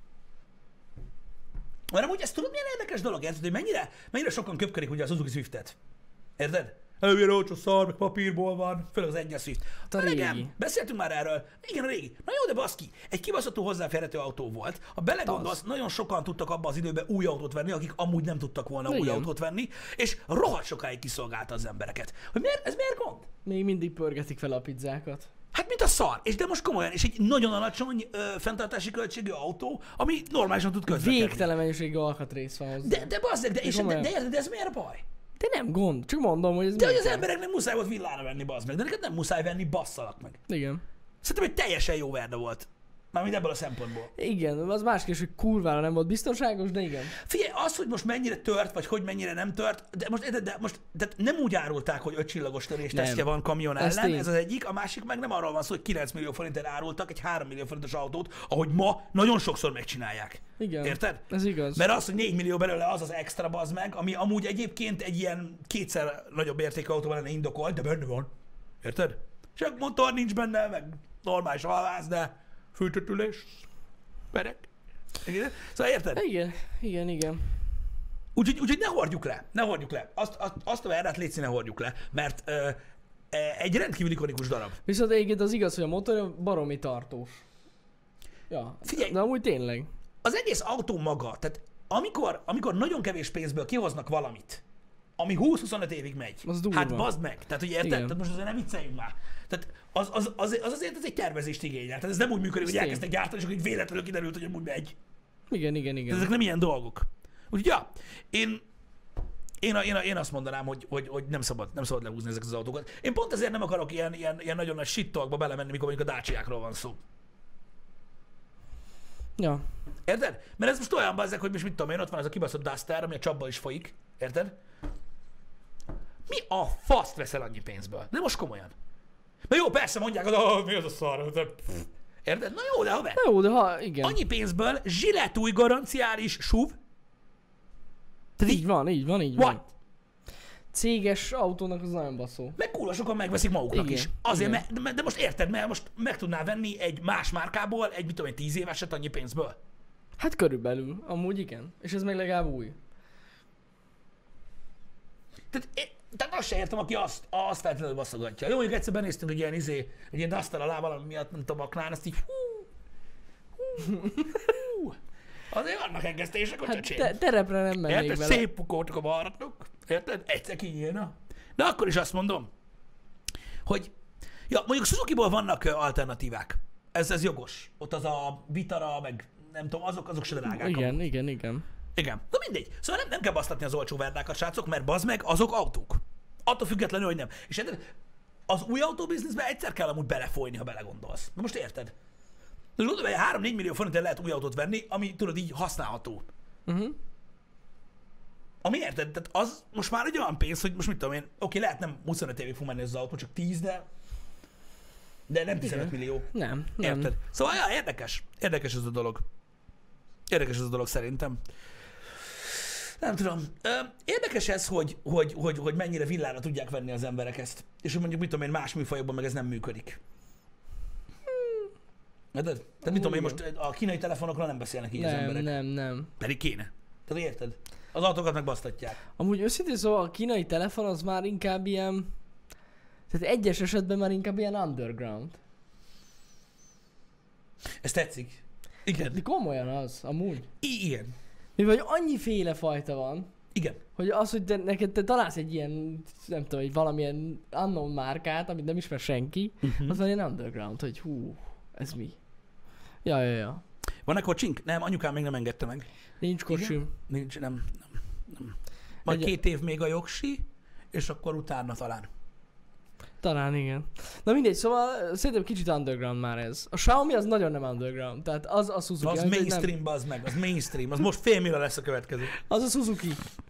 Mert amúgy ezt tudod, milyen érdekes dolog, érted, hogy mennyire, mennyire sokan köpködik ugye a Suzuki Swiftet. Érted? Előjön olcsó szar, meg papírból van, főleg az egyes Swift. A Na, régi. igen, beszéltünk már erről. Igen, a régi. Na jó, de baszki, egy kibaszható hozzáférhető autó volt. Ha belegondolsz, nagyon sokan tudtak abban az időben új autót venni, akik amúgy nem tudtak volna új Igen. autót venni, és rohadt sokáig kiszolgálta az embereket. Hogy miért, ez miért gond? Még mindig pörgetik fel a pizzákat. Hát mint a szar. És de most komolyan, és egy nagyon alacsony ö, fenntartási költségű autó, ami normálisan tud közlekedni. Végtelen mennyiségű alkatrész van hozzá. De, de bazdeg, de, és, de, komolyan. de, érted, de ez miért baj? De nem gond, csak mondom, hogy ez De hogy miért az van. embereknek muszáj volt villára venni, bazd meg, de neked nem muszáj venni, basszalak meg. Igen. Szerintem egy teljesen jó verde volt. Mármint ebből a szempontból. Igen, az más kérdés, hogy kurvára nem volt biztonságos, de igen. Figyelj, az, hogy most mennyire tört, vagy hogy mennyire nem tört, de most, de, de most de nem úgy árulták, hogy öt csillagos töréstesztje van kamion Ez ellen, tény. ez az egyik, a másik meg nem arról van szó, hogy kilenc millió forintért árultak egy három millió forintos autót, ahogy ma nagyon sokszor megcsinálják. Igen. Érted? Ez igaz. Mert az, hogy négy millió belőle az az extra bazd meg, ami amúgy egyébként egy ilyen kétszer nagyobb értékű autóval lenne indokolt, de benne van. Érted? Csak motor nincs benne, meg normális alvász, de fűtött ülés, verek. Igen? Szóval érted? Igen, igen, igen. Úgyhogy, úgyhogy ne hordjuk le, ne hordjuk le. Azt, azt, azt a verdát légy ne hordjuk le, mert ö, e, egy rendkívül ikonikus darab. Viszont egyébként az igaz, hogy a motor baromi tartós. Ja, Figyelj. de amúgy tényleg. Az egész autó maga, tehát amikor, amikor nagyon kevés pénzből kihoznak valamit, ami húsz-huszonöt évig megy, Az durva. hát bazd meg, tehát hogy érted? Igen. Tehát most azért nem vicceljünk már. Tehát az, az, az, az azért ez egy tervezést igényel. Tehát ez nem úgy működik, hogy tény. elkezdtek gyártani, és akkor így véletlenül kiderült, hogy amúgy megy. Igen, igen, Tehát igen. ezek nem ilyen dolgok. Úgyhogy ja, én, én, én, én azt mondanám, hogy, hogy, hogy nem, szabad, nem szabad lehúzni ezeket az autókat. Én pont ezért nem akarok ilyen, ilyen, ilyen nagyon nagy shit-talkba belemenni, mikor mondjuk a Dacia-król van szó. Ja. Érted? Mert ez most olyan bazzeg, hogy most mit tudom én, ott van ez a kibaszott Duster, ami a csapból is folyik. Érted? Mi a faszt veszel annyi pénzből? De most komolyan. Na jó, persze mondják, hogy oh, mi az a szar? De pff. Érted? Na jó, de haver. Jó, de ha, igen. Annyi pénzből zsiletúj garanciális SUV? Tehát Így van, így van, így van. What? Céges autónak az nagyon baszó. Meg kurva sokan megveszik maguknak Igen, is. Azért, igen. mert, de, de most érted, mert most meg tudnál venni egy más márkából, egy mit tudom én, tíz éveset annyi pénzből. Hát körülbelül, amúgy igen. És ez még legalább új. Tehát, én, tehát azt se értem, aki azt, azt feltétlenül basszogatja. Jó, mondjuk egyszer benéztünk egy ilyen izé, egy ilyen Duster alá valami miatt, nem tudom, aknán, azt így hú, hú, hú. Azért vannak engesztések, hogy Hát öcsém. te, terepre nem mennék Érted? vele. Szép pukótok a balratok. Érted? Egyszer kinyílna. De akkor is azt mondom, hogy ja, mondjuk Suzuki-ból vannak ö, alternatívák. Ez, ez jogos. Ott az a Vitara, meg nem tudom, azok, azok se drágák. Igen, igen, igen. Igen. Na mindegy. Szóval nem, nem kell basztatni az olcsó verdákat, srácok, mert bazd meg, azok autók. Attól függetlenül, hogy nem. És érted, az új autóbizniszben egyszer kell amúgy belefolyni, ha belegondolsz. Na most érted? De gondolj, hogy három-négy millió forintért lehet új autót venni, ami tudod így használható. Uh-huh. Ami érted? Tehát az most már egy olyan pénz, hogy most mit tudom én, oké, lehet nem huszonöt évig fog menni az autó, csak tíz, de de nem tizenöt Igen. millió. Nem, nem. Érted? Szóval ja, érdekes. Érdekes ez a dolog. Érdekes ez a dolog szerintem. Nem tudom. Ö, Érdekes ez, hogy, hogy, hogy, hogy mennyire villára tudják venni az emberek ezt. És hogy mondjuk mit tudom én, más műfajokban meg ez nem működik. Érted? Tehát mit tudom én, most a kínai telefonokról nem beszélnek így az Nem, emberek. nem, nem. Pedig kéne. Tehát érted? Az autókat meg basztatják. Amúgy őszintén szóval a kínai telefon az már inkább ilyen... Tehát egyes esetben már inkább ilyen underground. Ez tetszik. Igen. De komolyan az, amúgy. I- igen. Mivel hogy annyiféle fajta van, Igen. hogy az, hogy te, neked te találsz egy ilyen, nem tudom, egy valamilyen unknown márkát, amit nem ismer senki, Uh-huh. az van ilyen underground, hogy hú, ez mi? Ja, ja, ja. Van-e kocsink? Nem, anyukám még nem engedte meg. Nincs kocsim. Nincs, nem, nem, nem. Majd Egy- két év még a jogsi, és akkor utána talán. Talán igen. Na mindegy, szóval szerintem kicsit underground már ez. A Xiaomi az nagyon nem underground, tehát az a Suzuki. Az amit nem- mainstream, bazd meg, az mainstream, az most fél millió lesz a következő. Az a Suzuki.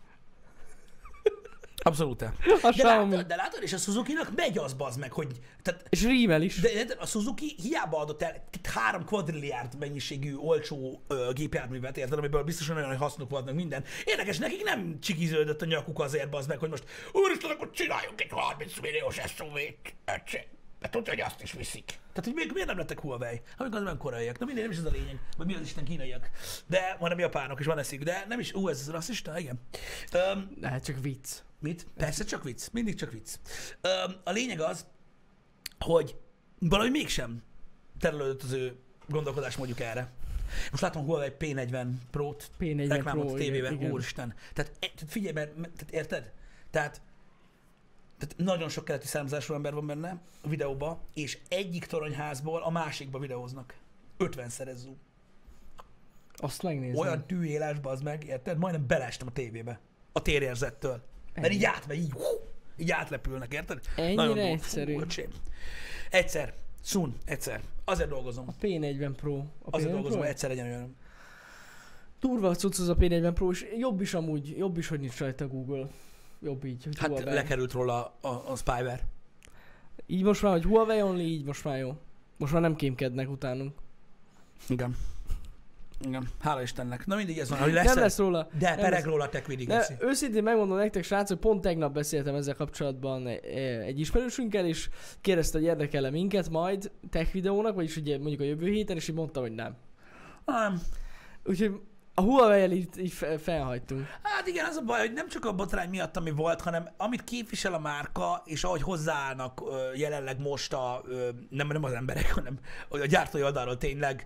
Abszolút. A De Xiaomi. látod, de látod, és a Suzuki-nak megy az, bazd meg, hogy... Tehát, És rímel is. de, de a Suzuki hiába adott el három kvadrilliárd mennyiségű olcsó ö, gépjárművet, érted, amiből biztosan olyan, hogy hasznuk volt meg minden. Érdekes, nekik nem csikiződött a nyakuk azért, bazd meg, hogy most úristen, akkor csináljunk egy harminc milliós es u vét. Mert tudja, hogy azt is viszik. Tehát, hogy még miért nem lettek Huawei? Amikor az nem koreaiak. Na mindegy, nem is ez a lényeg. Vagy mi az Isten kínaiak. De majdnem japánok is van eszük. De nem is, ú, ez rasszista, igen. Um, Hát csak vicc. mit? Persze csak vicc. Mindig csak vicc. Um, a lényeg az, hogy valahogy mégsem terelődött az ő gondolkodásmódjuk erre. Most látom Huawei P negyven Pro-t, P negyven reklámot Pro, a tévében, igen. úristen. Tehát, e- tehát figyelj, mert, mert- tehát érted? Tehát, tehát nagyon sok keleti származású ember van benne a videóba, és egyik toronyházból a másikba videóznak. ötvenszeres zoom. Azt megnézem. Olyan tűélásba az meg, érted? Majdnem beleestem a tévébe. A térérzettől. Mert így átmegy, így, hú, így átlepülnek, érted? Ennyire Nagyon durva. egyszerű. Fú, öcsém. Egyszer. Soon. Egyszer. Azért dolgozom. A P negyven Pro. A P Azért negyven dolgozom, Pro? hogy egyszer legyen olyan. Durva a cucc az a P negyven Pro, és jobb is amúgy, jobb is, hogy nincs rajta Google. Jobb így, hogy Hát Huawei. lekerült róla a, a, a spyware. Így most már, hogy Huawei only, így most már jó. Most már nem kémkednek utánunk. Igen. Igen. Hála Istennek. Na mindig ez van, hogy lesz. Nem lesz róla. De nem pereg lesz. róla a TechVidi, De Geci. őszintén megmondom nektek, srácok, pont tegnap beszéltem ezzel kapcsolatban e- egy ismerősünkkel, és kérdezte, hogy érdekel-e minket majd tech videónak, vagyis ugye mondjuk a jövő héten, és így mondtam, hogy nem. Nem. Úgyhogy a Huawei-el így, így fe- felhagytunk. Hát igen, az a baj, hogy nem csak a botrány miatt, ami volt, hanem amit képvisel a márka, és ahogy hozzáállnak ö, jelenleg most a, ö, nem, nem az emberek, hanem a gyártói oldalról tényleg.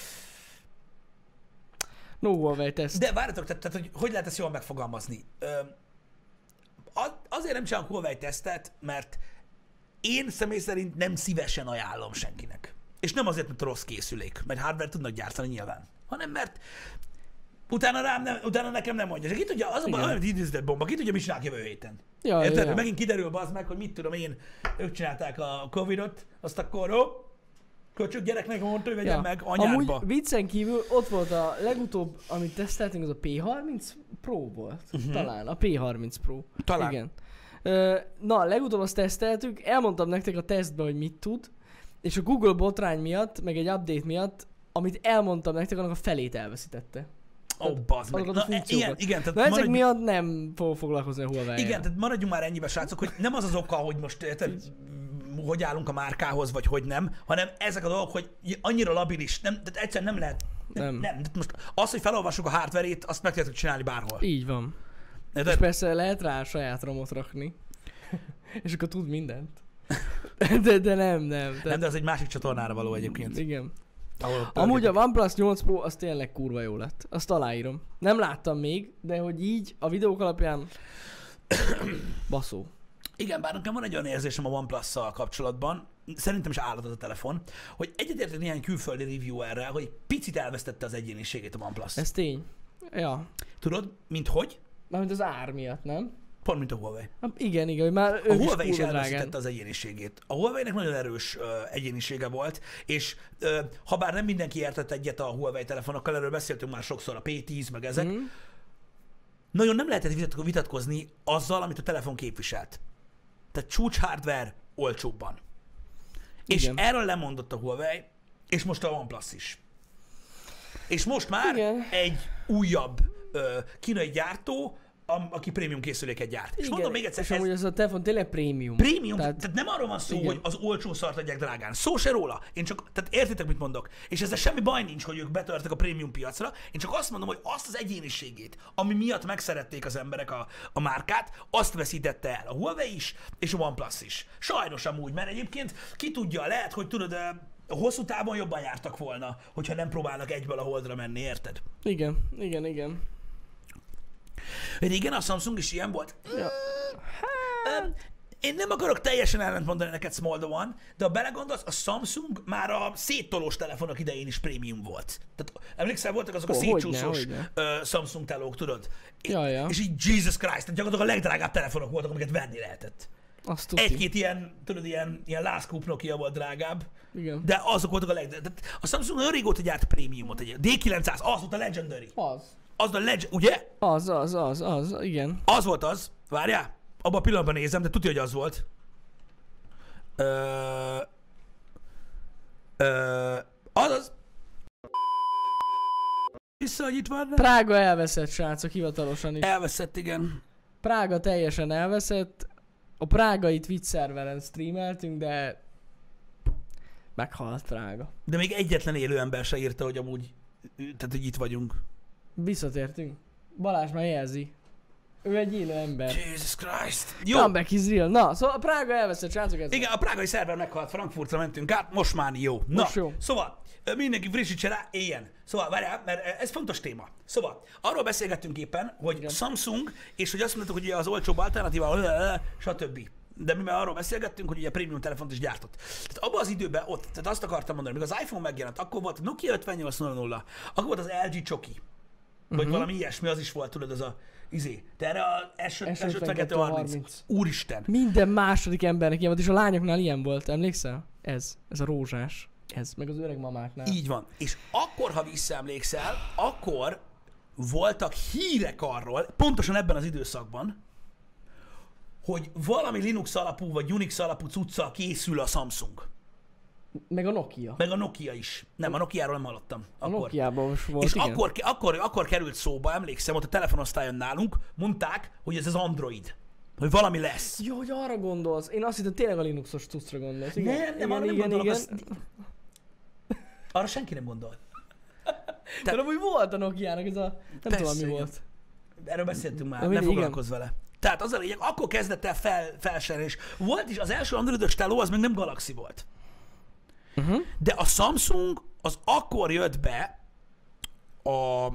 No Huawei teszt. De várjatok, tehát, tehát hogy, hogy lehet ezt jól megfogalmazni? Ö, a- azért nem csinálok Huawei tesztet, mert én személy szerint nem szívesen ajánlom senkinek. És nem azért, mert rossz készülék, mert hardware tudnak gyártani nyilván, hanem mert utána, rám nem, utána nekem nem mondja. És ki tudja, az a baj, Igen. olyan, mint időzített bomba, ki tudja, mit csinálnak jövő héten. Ja, Érted? ja, Hogy ja. megint kiderül bazd meg, hogy mit tudom én, ők csinálták a Covidot, azt akkor ó, köcsög gyereknek mondta, hogy vegyem meg anyádba. Amúgy viccen kívül ott volt a legutóbb, amit teszteltünk, az a P harminc Pro volt. Uh-huh. Talán, a P harminc Pro. Talán. Igen. Ö, na, legutóbb azt teszteltük, elmondtam nektek a tesztbe, hogy mit tud, és a Google botrány miatt, meg egy update miatt, amit elmondtam nektek, annak a felét elveszítette. Ó, oh, bazd meg. azokat a Na, e- igen, funkciókat. igen, tehát Na ezek maradjunk, miatt nem fog foglalkozni a Huawei. igen, tehát maradjunk már ennyibe, srácok, hogy nem az az oka, hogy most érted, hogy állunk a márkához, vagy hogy nem, hanem ezek a dolgok, hogy annyira labilis, nem, tehát egyszerűen nem lehet. Nem. Nem. nem. Tehát most az, hogy felolvassuk a hardverét, azt meg tudjátok csinálni bárhol. Így van. De, És persze lehet rá saját romot rakni. És akkor tud mindent. De, de nem, nem. nem, de az egy másik csatornára való egyébként. Igen. Ahol Amúgy a OnePlus nyolc Pro az tényleg kurva jó lett. Azt aláírom. Nem láttam még, de hogy így a videók alapján baszó. Igen, bár nekem van egy olyan érzésem a OnePlus-szal kapcsolatban, szerintem is állat az a telefon, hogy egyetértek néhány külföldi reviewerrel, hogy picit elvesztette az egyéniségét a OnePlus. Ez tény. Ja. Tudod, mint hogy? Mármint az ár miatt, nem? Pont mint a Huawei. Hát igen, igen, hogy már A ők Huawei is is kurva drágán. elveszítette az egyéniségét. A Huawei-nek nagyon erős ö, egyénisége volt, és ö, ha bár nem mindenki értett egyet a Huawei telefonokkal, erről beszéltünk már sokszor, a P tíz, meg ezek, Mhm. nagyon nem lehetett vitat- vitatkozni azzal, amit a telefon képviselt. Tehát csúcs hardware olcsóbban. És Igen. erről lemondott a Huawei, és most a OnePlus is. És most már Igen. egy újabb ö, kínai gyártó, am, aki prémium készüléket gyárt. És Igen, mondom még egyszer, és ez amúgy ez a telefon tényleg prémium. prémium, Tehát- tehát, tehát nem arról van szó, igen. hogy az olcsó szart adják drágán. Szó se róla. Én csak, tehát értitek, mit mondok. És ezzel semmi baj nincs, hogy ők betörtek a prémium piacra. Én csak azt mondom, hogy azt az egyéniségét, ami miatt megszerették az emberek a, a márkát, azt veszítette el a Huawei is, és a OnePlus is. Sajnos amúgy, mert egyébként ki tudja, lehet, hogy tudod, ö, hosszú távon jobban jártak volna, hogyha nem próbálnak egyből a holdra menni, érted? Igen, igen, igen. Régen a Samsung is ilyen volt. Ja. Öm, Én nem akarok teljesen ellent mondani neked Small the One, de ha belegondolsz, a Samsung már a széttolós telefonok idején is prémium volt. Tehát emlékszel, voltak azok a Ó, szétcsúszós hogyne, hogyne. ö, Samsung telók, tudod? Ja, ja. És így Jesus Christ, tehát gyakorlatilag a legdrágább telefonok voltak, amiket venni lehetett. Azt tudni. Egy-két ilyen, tudod, ilyen, ilyen lázkúp Nokia volt drágább, Igen. de azok voltak a legdrágább. A Samsung nagyon régóta gyárt prémiumot. Egy D kilencszáz, az volt a Legendary. Az. Az a Legend, ugye? Az, az, az, az, igen. Az volt az. Várjál, abban a pillanatban nézem, de tudja, hogy az volt. Ö... Ö... Az az. Vissza, hogy itt van. Prága elveszett, srácok, hivatalosan is. Elveszett, igen. Prága teljesen elveszett. A prágai Twitch szerveren streameltünk, de Meghalt Prága. De még egyetlen élő ember se írta, hogy amúgy, tehát hogy itt vagyunk. Visszatértünk. Balázs már jelzi. Ő egy élő ember. Jesus Christ. Jó. Comeback is real. Na, szóval a Prága elveszett, srácok, ez. Igen, a prágai szerver meghalt, Frankfurtra mentünk át, most már jó. Na, Most jó. Szóval, mindenki frissítse rá, éljen. Szóval, várjál, mert ez fontos téma. Szóval, arról beszélgettünk éppen, hogy Igen. Samsung, és hogy azt mondtuk, hogy ugye az olcsóbb alternatíva, stb. De mi már arról beszélgettünk, hogy ugye prémium telefont is gyártott. Tehát abban az időben ott, tehát azt akartam mondani, amikor az iPhone megjelent, akkor volt Nokia ötvennyolc nulla nulla, akkor volt az el gé Csoki. Vagy uh-huh. valami ilyesmi, az is volt, tudod, az a izé. Te erre a S ötvenkettő harminc. Úristen. Minden második embernek ilyen volt, és a lányoknál ilyen volt, emlékszel? Ez, ez a rózsás. Ez, meg az öreg mamáknál. Így van. És akkor, ha visszaemlékszel, akkor voltak hírek arról, pontosan ebben az időszakban, hogy valami Linux alapú vagy Unix alapú cuccal készül a Samsung. Meg a Nokia. Meg a Nokia is. Nem, a Nokiáról nem hallottam. A Akkor. Nokiában most volt, És igen. akkor, akkor, akkor került szóba, emlékszem, ott a telefonosztályon nálunk, mondták, hogy ez az Android. Hogy valami lesz. Jó, hogy arra gondolsz. Én azt hittem, tényleg a Linuxos cuccra gondolsz. Igen, Nem, nem, igen, arra nem igen, gondolok. igen. Azt... Arra senki nem gondol. De amúgy volt a Nokiának ez a... Nem Persze, tudom, mi igen. volt. Erről beszéltünk már, Na, ne mindig, foglalkozz vele. Tehát az a lényeg, akkor kezdett el fel, felserni, és volt is, az első androidos teló, az még nem Galaxy volt. Uh-huh. De a Samsung az akkor jött be a,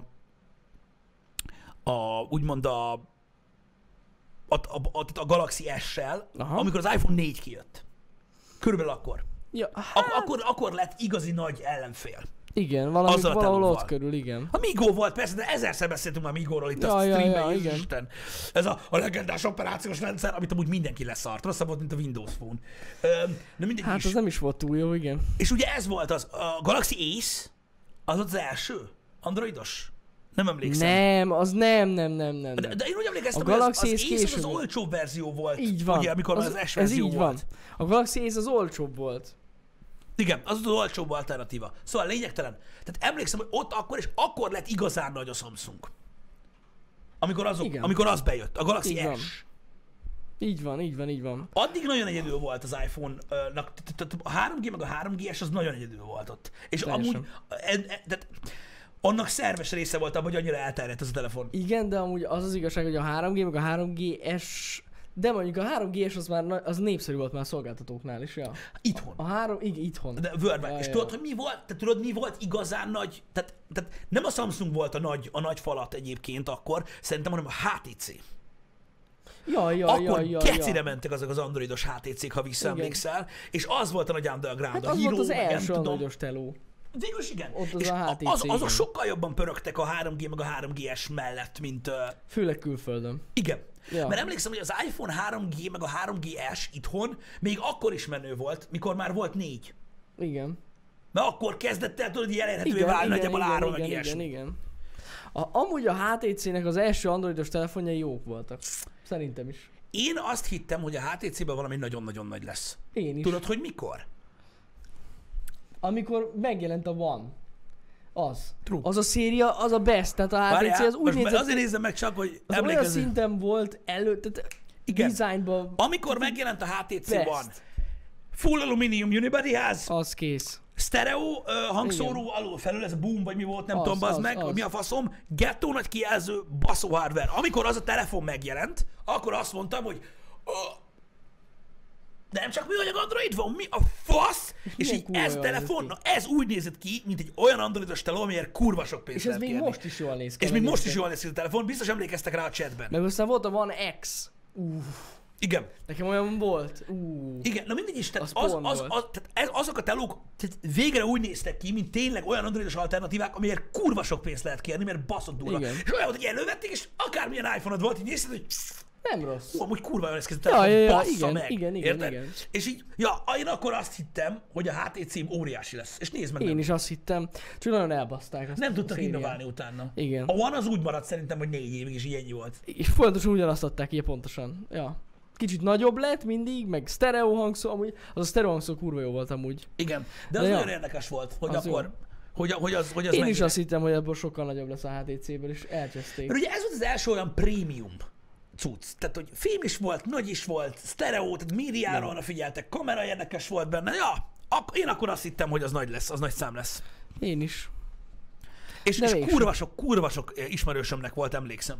a úgymond a, a, a, a, a Galaxy S-sel, Aha. amikor az iPhone négy kijött. Körülbelül akkor. Ja, hát, Ak- akkor. Akkor lett igazi nagy ellenfél. igen, valami, azzal a valahol telóval. ott körül, igen. A Migo volt, persze, de ezerszer beszéltünk már Migóról itt Ja, a ja, streamben, ja, Jézus igen. Isten. Ez a, a legendás operációs rendszer, amit amúgy mindenki leszart. Rosszabb volt, mint a Windows Phone. Öm, de mindegy Hát is. az nem is volt túl jó, igen. És ugye ez volt az, a Galaxy Ace, az volt az első androidos. Nem emlékszem. Nem, az nem, nem, nem, nem. De, nem. de én úgy emlékeztem, A hogy az, Galaxy az Ace Ace az, az később. olcsó verzió volt. Így van. Ugye, amikor az, az S ez verzió így volt. van. A Galaxy Ace az olcsóbb volt. Igen, az az olcsóbb alternatíva. Szóval lényegtelen. Tehát emlékszem, hogy ott akkor, és akkor lett igazán nagy a Samsung. Amikor, azok, Igen. amikor az bejött, a Galaxy Így van. S. Így van, így van, így van. Addig nagyon egyedül volt az iPhone-nak, tehát a három G meg a három G S az nagyon egyedül volt ott. És Teljesen. amúgy, e- e- tehát annak szerves része volt abban, hogy annyira elterjedt ez a telefon. Igen, de amúgy az az igazság, hogy a három G meg a három G S... De mondjuk a három G S az már na- az népszerű volt már a szolgáltatóknál is, ja. Itthon. A három, igen, itthon. De Worldwide. Ja, És ja. tudod, hogy mi volt? Te tudod, mi volt igazán nagy? Tehát, tehát nem a Samsung volt a nagy, a nagy falat egyébként akkor, szerintem, hanem a há té cé. Ja, ja, Akkor ja, ja, kecire ja. mentek azok az androidos há té cék, ha visszaemlékszel, és az volt a nagy underground, Hát a az Hero, volt az meg nem első tudom. androidos teló. Végülis igen. Ott az és a há té cé, az, azok igen. sokkal jobban pörögtek a három G meg a három G S mellett, mint... Uh, Főleg külföldön. igen. Ja. Mert emlékszem, hogy az iPhone három G meg a három G S itthon még akkor is menő volt, mikor már volt négy. Igen. Mert akkor kezdett el, tudod, hogy elérhetővé válni nagyjából áron, meg igen, ilyesmi. igen, igen. A, amúgy a há té cének az első androidos telefonjai jók voltak. Szerintem is. Én azt hittem, hogy a há té cében valami nagyon-nagyon nagy lesz. Én is. Tudod, hogy mikor? Amikor megjelent a One. Az. True. Az a széria, az a best. Tehát a há té cé Várjál, az úgy most nézett, azért nézem meg csak, hogy az olyan emlékezzem. szinten volt elő, tehát Igen. designban Amikor megjelent a há té cé best. One, full aluminium unibody ház, Az kész. stereo uh, hangszóró alul felül, ez a boom, vagy mi volt, nem Az, tudom, bazd az, meg, az. hogy mi a faszom, gettó nagy kijelző, baszó hardware. Amikor az a telefon megjelent, akkor azt mondtam, hogy oh, nem csak műanyag Android van, mi a fasz? És milyen így kurva ez jól telefon, néz na ez úgy nézett ki, mint egy olyan androidos telefon, amiért kurva sok pénzt És ez lehet még kérni. most is jól néz ki. És még most is egyébként. jól néz ki a telefon, biztos emlékeztek rá a chatben. Meg aztán volt a One X. Uff, Igen. nekem olyan volt. Uff. Igen, na mindig is, tehát, Az az, pont az, volt. az, tehát ez, azok a telók tehát végre úgy néztek ki, mint tényleg olyan androidos alternatívák, amiért kurva sok pénzt lehet kérni, mert baszott durva. Igen. És olyan volt, hogy elővették, és akármilyen iPhone-od volt, így nézted, hogy Nem rossz. hú, amúgy kurva jól néz ki ez a Ja, telefon, ja, ja, bassza igen, meg. igen, igen, Érted? igen. És így, ja, én akkor azt hittem, hogy a há té cém óriási lesz. És nézd meg, Én nem, is azt hittem, csak nagyon elbaszták azt nem a tudtak szériát. innoválni utána. Igen. A One az úgy maradt szerintem, hogy négy évig, és így ennyi volt. És folyamatosan ugyanazt adták ki, pontosan. Ja. Kicsit nagyobb lett mindig, meg sztereó hangszó, amúgy, az a sztereó hangszó kurva jó volt amúgy. Igen, de az De ja. nagyon érdekes volt, hogy Az akkor, jó. hogy, hogy az, hogy az Én is mennyire- azt hittem, hogy ebből sokkal nagyobb lesz a há té céből, és elcseszték. Mert ugye ez volt az első olyan prémium cucc. Tehát, hogy film is volt, nagy is volt, sztereó, tehát médiára arra figyeltek, kamera érdekes volt benne, ja, Ak- én akkor azt hittem, hogy az nagy lesz, az nagy szám lesz. Én is. És, De és mégsem. kurva sok, kurva sok ismerősömnek volt, emlékszem.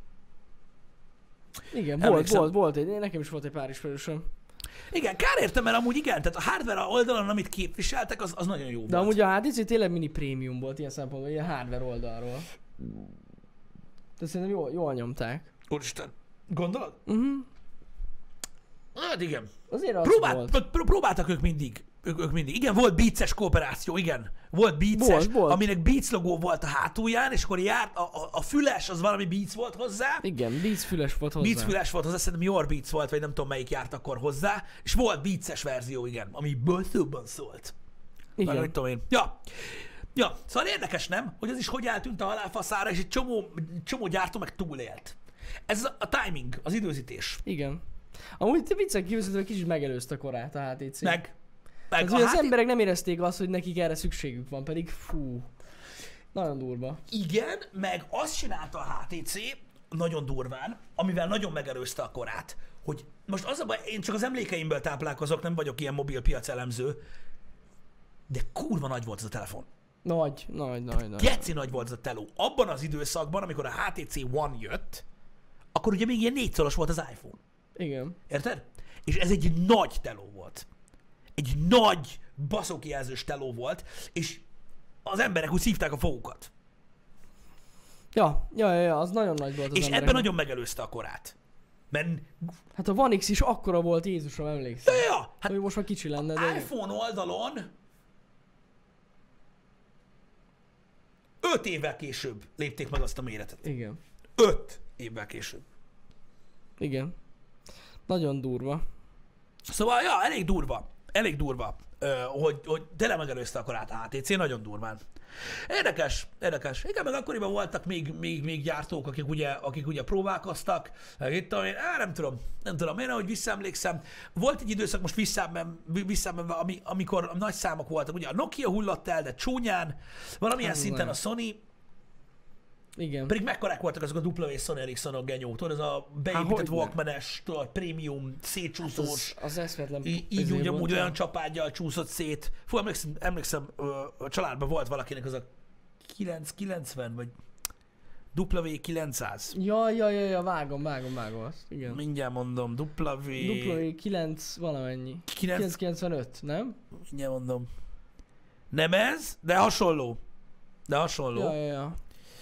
Igen, volt, Emlékszem. volt, volt egy, nekem is volt egy pár ismerősöm. Igen, kár értem, mert amúgy igen, tehát a hardware oldalon, amit képviseltek, az, az nagyon jó De volt. amúgy a há té cé tényleg mini prémium volt ilyen szempontból, ilyen hardware oldalról. De szerintem jól, jól nyomták. Úristen, gondolod? Uh-huh. Hát igen. Azért az Próbált, volt. pró- próbáltak ők mindig. Ők, ők mindig. Igen, volt Beats-es kooperáció, igen. Volt Beats-es, Volt, volt. aminek Beats logó volt a hátulján, és akkor járt, a, a, a füles az valami Beats volt hozzá. Igen, Beats füles volt hozzá. Beats füles volt hozzá, szerintem Your Beats volt, vagy nem tudom melyik járt akkor hozzá. És volt Beats-es verzió, igen, ami bőszőbben szólt. Igen. Meg, tudom én. Ja. Ja, szóval érdekes, nem? Hogy ez is hogy eltűnt a halálfaszára, és egy csomó, csomó gyártó meg túlélt. Ez a, a timing, az időzítés. Igen. Amúgy te viccen kívül szerintem kicsit megelőzte korát a há té cé. Meg. Meg Tehát, a hogy az há té emberek nem érezték azt, hogy nekik erre szükségük van, pedig fú, nagyon durva. Igen, meg azt csinálta a há té cé nagyon durván, amivel nagyon megelőzte a korát, hogy most az a baj, én csak az emlékeimből táplálkozok, nem vagyok ilyen mobil piacelemző, de kurva nagy volt ez a telefon. Nagy, nagy, nagy, nagy. Geci nagy volt ez a teló. Abban az időszakban, amikor a há té cé One jött, akkor ugye még ilyen négyszoros volt az iPhone. Igen. Érted? És ez egy nagy teló volt. Egy nagy baszókijelzős teló volt, és az emberek úgy szívták a fogukat. Ja, ja, ja, ja, az nagyon nagy volt az És embereknek. ebben nagyon megelőzte a korát. Mert Hát a One X is akkora volt, Jézusra emlékszem. ja, ja, hát Hogy most már kicsi lenne, de... iPhone oldalon öt évvel később lépték meg azt a méretet. Igen. Öt évvel később. Igen. Nagyon durva. Szóval, ja, elég durva. Elég durva, ö, hogy, hogy tényleg megelőzte a korát a há té cé, nagyon durván. Érdekes, érdekes. Igen, meg akkoriban voltak még, még, még gyártók, akik ugye, akik ugye próbálkoztak. Itt tudom én, á, nem tudom, nem tudom, én ahogy visszaemlékszem, volt egy időszak, most visszamen, visszamenve, ami, amikor nagy számok voltak, ugye a Nokia hullott el, de csúnyán, valamilyen Hát, szinten nem. a Sony, Igen. pedig mekkorák voltak azok a W Sony Ericssonok genyó, tudod, ez a beépített hogyne. Walkman-es, tudod, prémium, szétcsúszós, Az, az eszmetlen. Í- így izé úgy volt. amúgy olyan csapággyal csúszott szét. Fú, emlékszem, emlékszem ö, a családban volt valakinek az a kilenc kilencven, vagy W kilencszáz. Ja, ja, ja, ja, vágom, vágom, vágom azt. Igen. Mindjárt mondom, W... W kilenc valamennyi. kilenc... kilencszázkilencvenöt, nem? Mindjárt mondom. Nem ez, de hasonló. De hasonló. Ja, ja, ja.